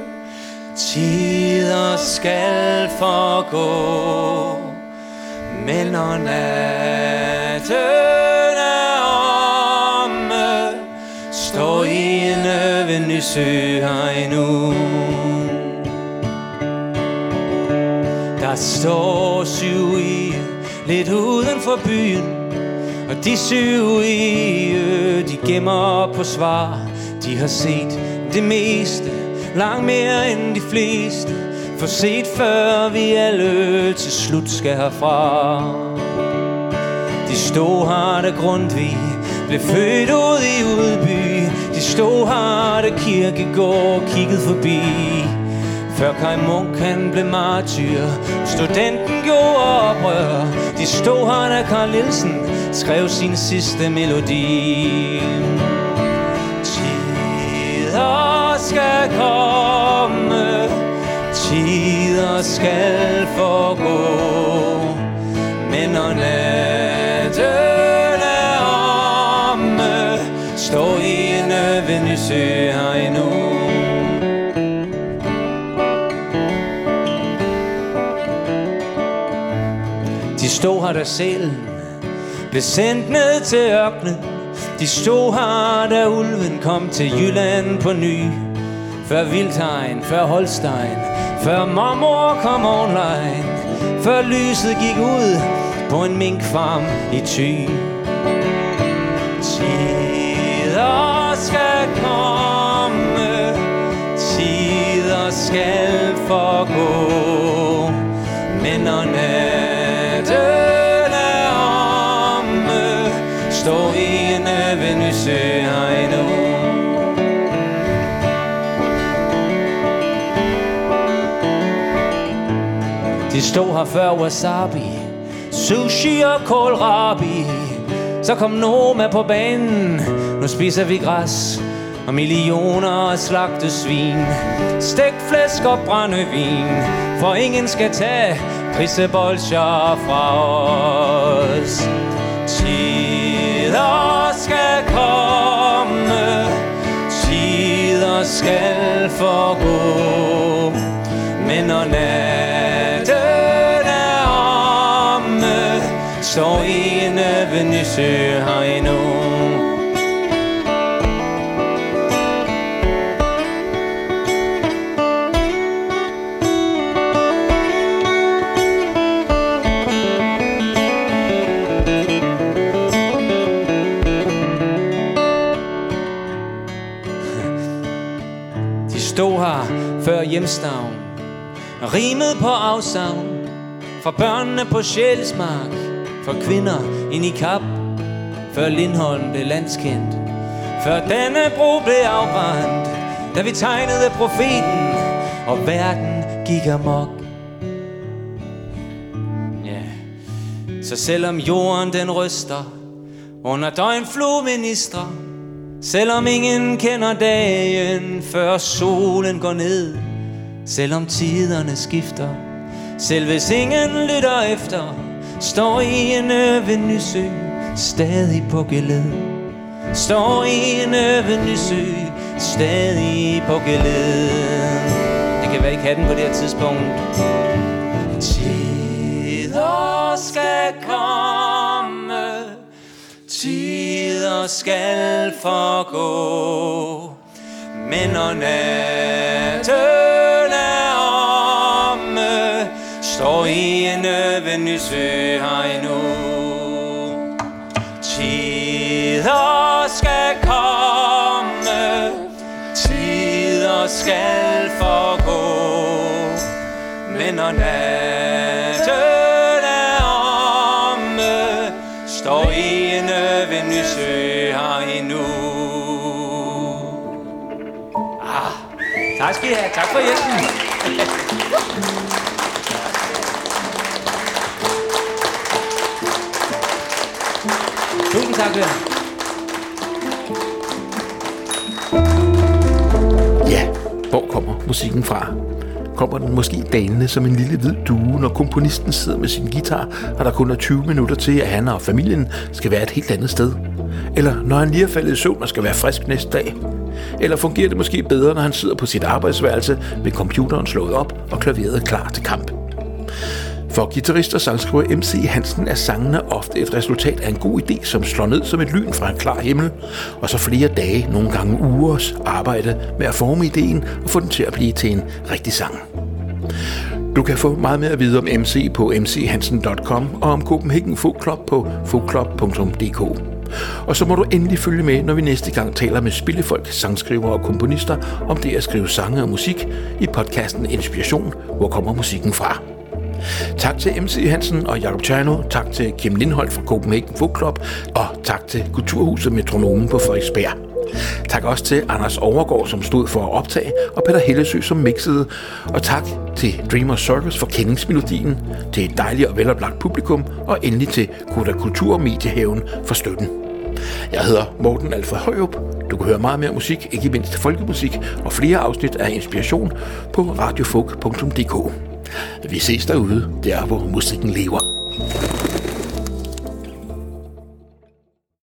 tider skal forgå, men når natten er omme, står inde ved Nysøvej nu. Der står 7 ege lidt uden for byen, og de 7 ege, de gemmer på svar. De har set det meste, langt mere end de fleste, for set før vi alle til slut skal herfra. De stod her, da Grundtvig blev født ud i Udby. De stod her, da Kierkegaard kiggede forbi. Før Kai Munk han blev martyr, studenten gjorde oprør. De stod her, da Carl Nielsen skrev sin sidste melodi. Tider skal komme, tider skal forgå, men når natten er omme, står inde ved Nysø her endnu. De stod her, da sælen blev sendt ned til ørkenen. De stod her, da ulven kom til Jylland på ny. Før Vildtegn, før Holstein, før mormor kom online, før lyset gik ud på en minkfarm i Thy. Tider skal komme, tider skal forgå, men når natten er omme, står inde ved Nysø her endnu. De stod her før wasabi, sushi og kålrabi. Så kom Noma på banen, nu spiser vi græs og millioner af slagte svin. Stegt flæsk og brændevin, for ingen skal tage grisebolcher fra os. Tider skal komme, tider skal forgå, men når natten er omme, står inde ved Nysø her endnu. De stod her før hjemstavn, rimet på afsavn, for børnene på Sjælsmark, for kvinder ind i kap, før Lindholm blev landskendt, før Dannebro blev afbrændt, da vi tegnede profeten, og verden gik amok. Ja, så selvom jorden den ryster under døgnflueministre, selvom ingen kender dagen før solen går ned, selvom tiderne skifter, selv hvis ingen lytter efter, står inde ved Nysø stadig på geled. Står inde ved Nysø stadig på geled. Det kan være, I kan den på det her tidspunkt. Tider skal komme, tider skal forgå, men når natten er omme, står inde ved Nysø her endnu. Tider skal komme, tider skal forgå, men når natten er omme, står inde ved Nysø her endnu. Tak skal I have. Tak for hjælpen. Tusind tak, Jørgen. Ja, hvor kommer musikken fra? Kommer den måske dalende som en lille hvid due, når komponisten sidder med sin guitar, og der kun er 20 minutter til, at han og familien skal være et helt andet sted? Eller når han lige er faldet i søvn og skal være frisk næste dag? Eller fungerer det måske bedre, når han sidder på sit arbejdsværelse med computeren slået op og klaveret klar til kamp? For guitarist og sangskriver MC Hansen er sangene ofte et resultat af en god idé, som slår ned som et lyn fra en klar himmel, og så flere dage, nogle gange ugers arbejde med at forme ideen og få den til at blive til en rigtig sang. Du kan få meget mere at vide om MC på mchansen.com og om Copenhagen Folk Club på folkclub.dk. Og så må du endelig følge med, når vi næste gang taler med spillefolk, sangskrivere og komponister om det at skrive sange og musik i podcasten Inspiration. Hvor kommer musikken fra? Tak til MC Hansen og Jakob Tjerno, tak til Kim Lindholt fra Copenhagen Folk Club, og tak til Kulturhuset Metronomen på Frederiksberg. Tak også til Anders Overgaard, som stod for at optage, og Peter Hellesø, som mixede. Og tak til Dreamer Circus for kendingsmelodien, til et dejligt og veloplagt publikum, og endelig til Koda Kultur og Mediehaven for støtten. Jeg hedder Morten Alfred Højrup. Du kan høre meget mere musik, ikke mindst folkemusik, og flere afsnit af Inspiration på radiofolk.dk. Vi ses derude, der hvor musikken lever.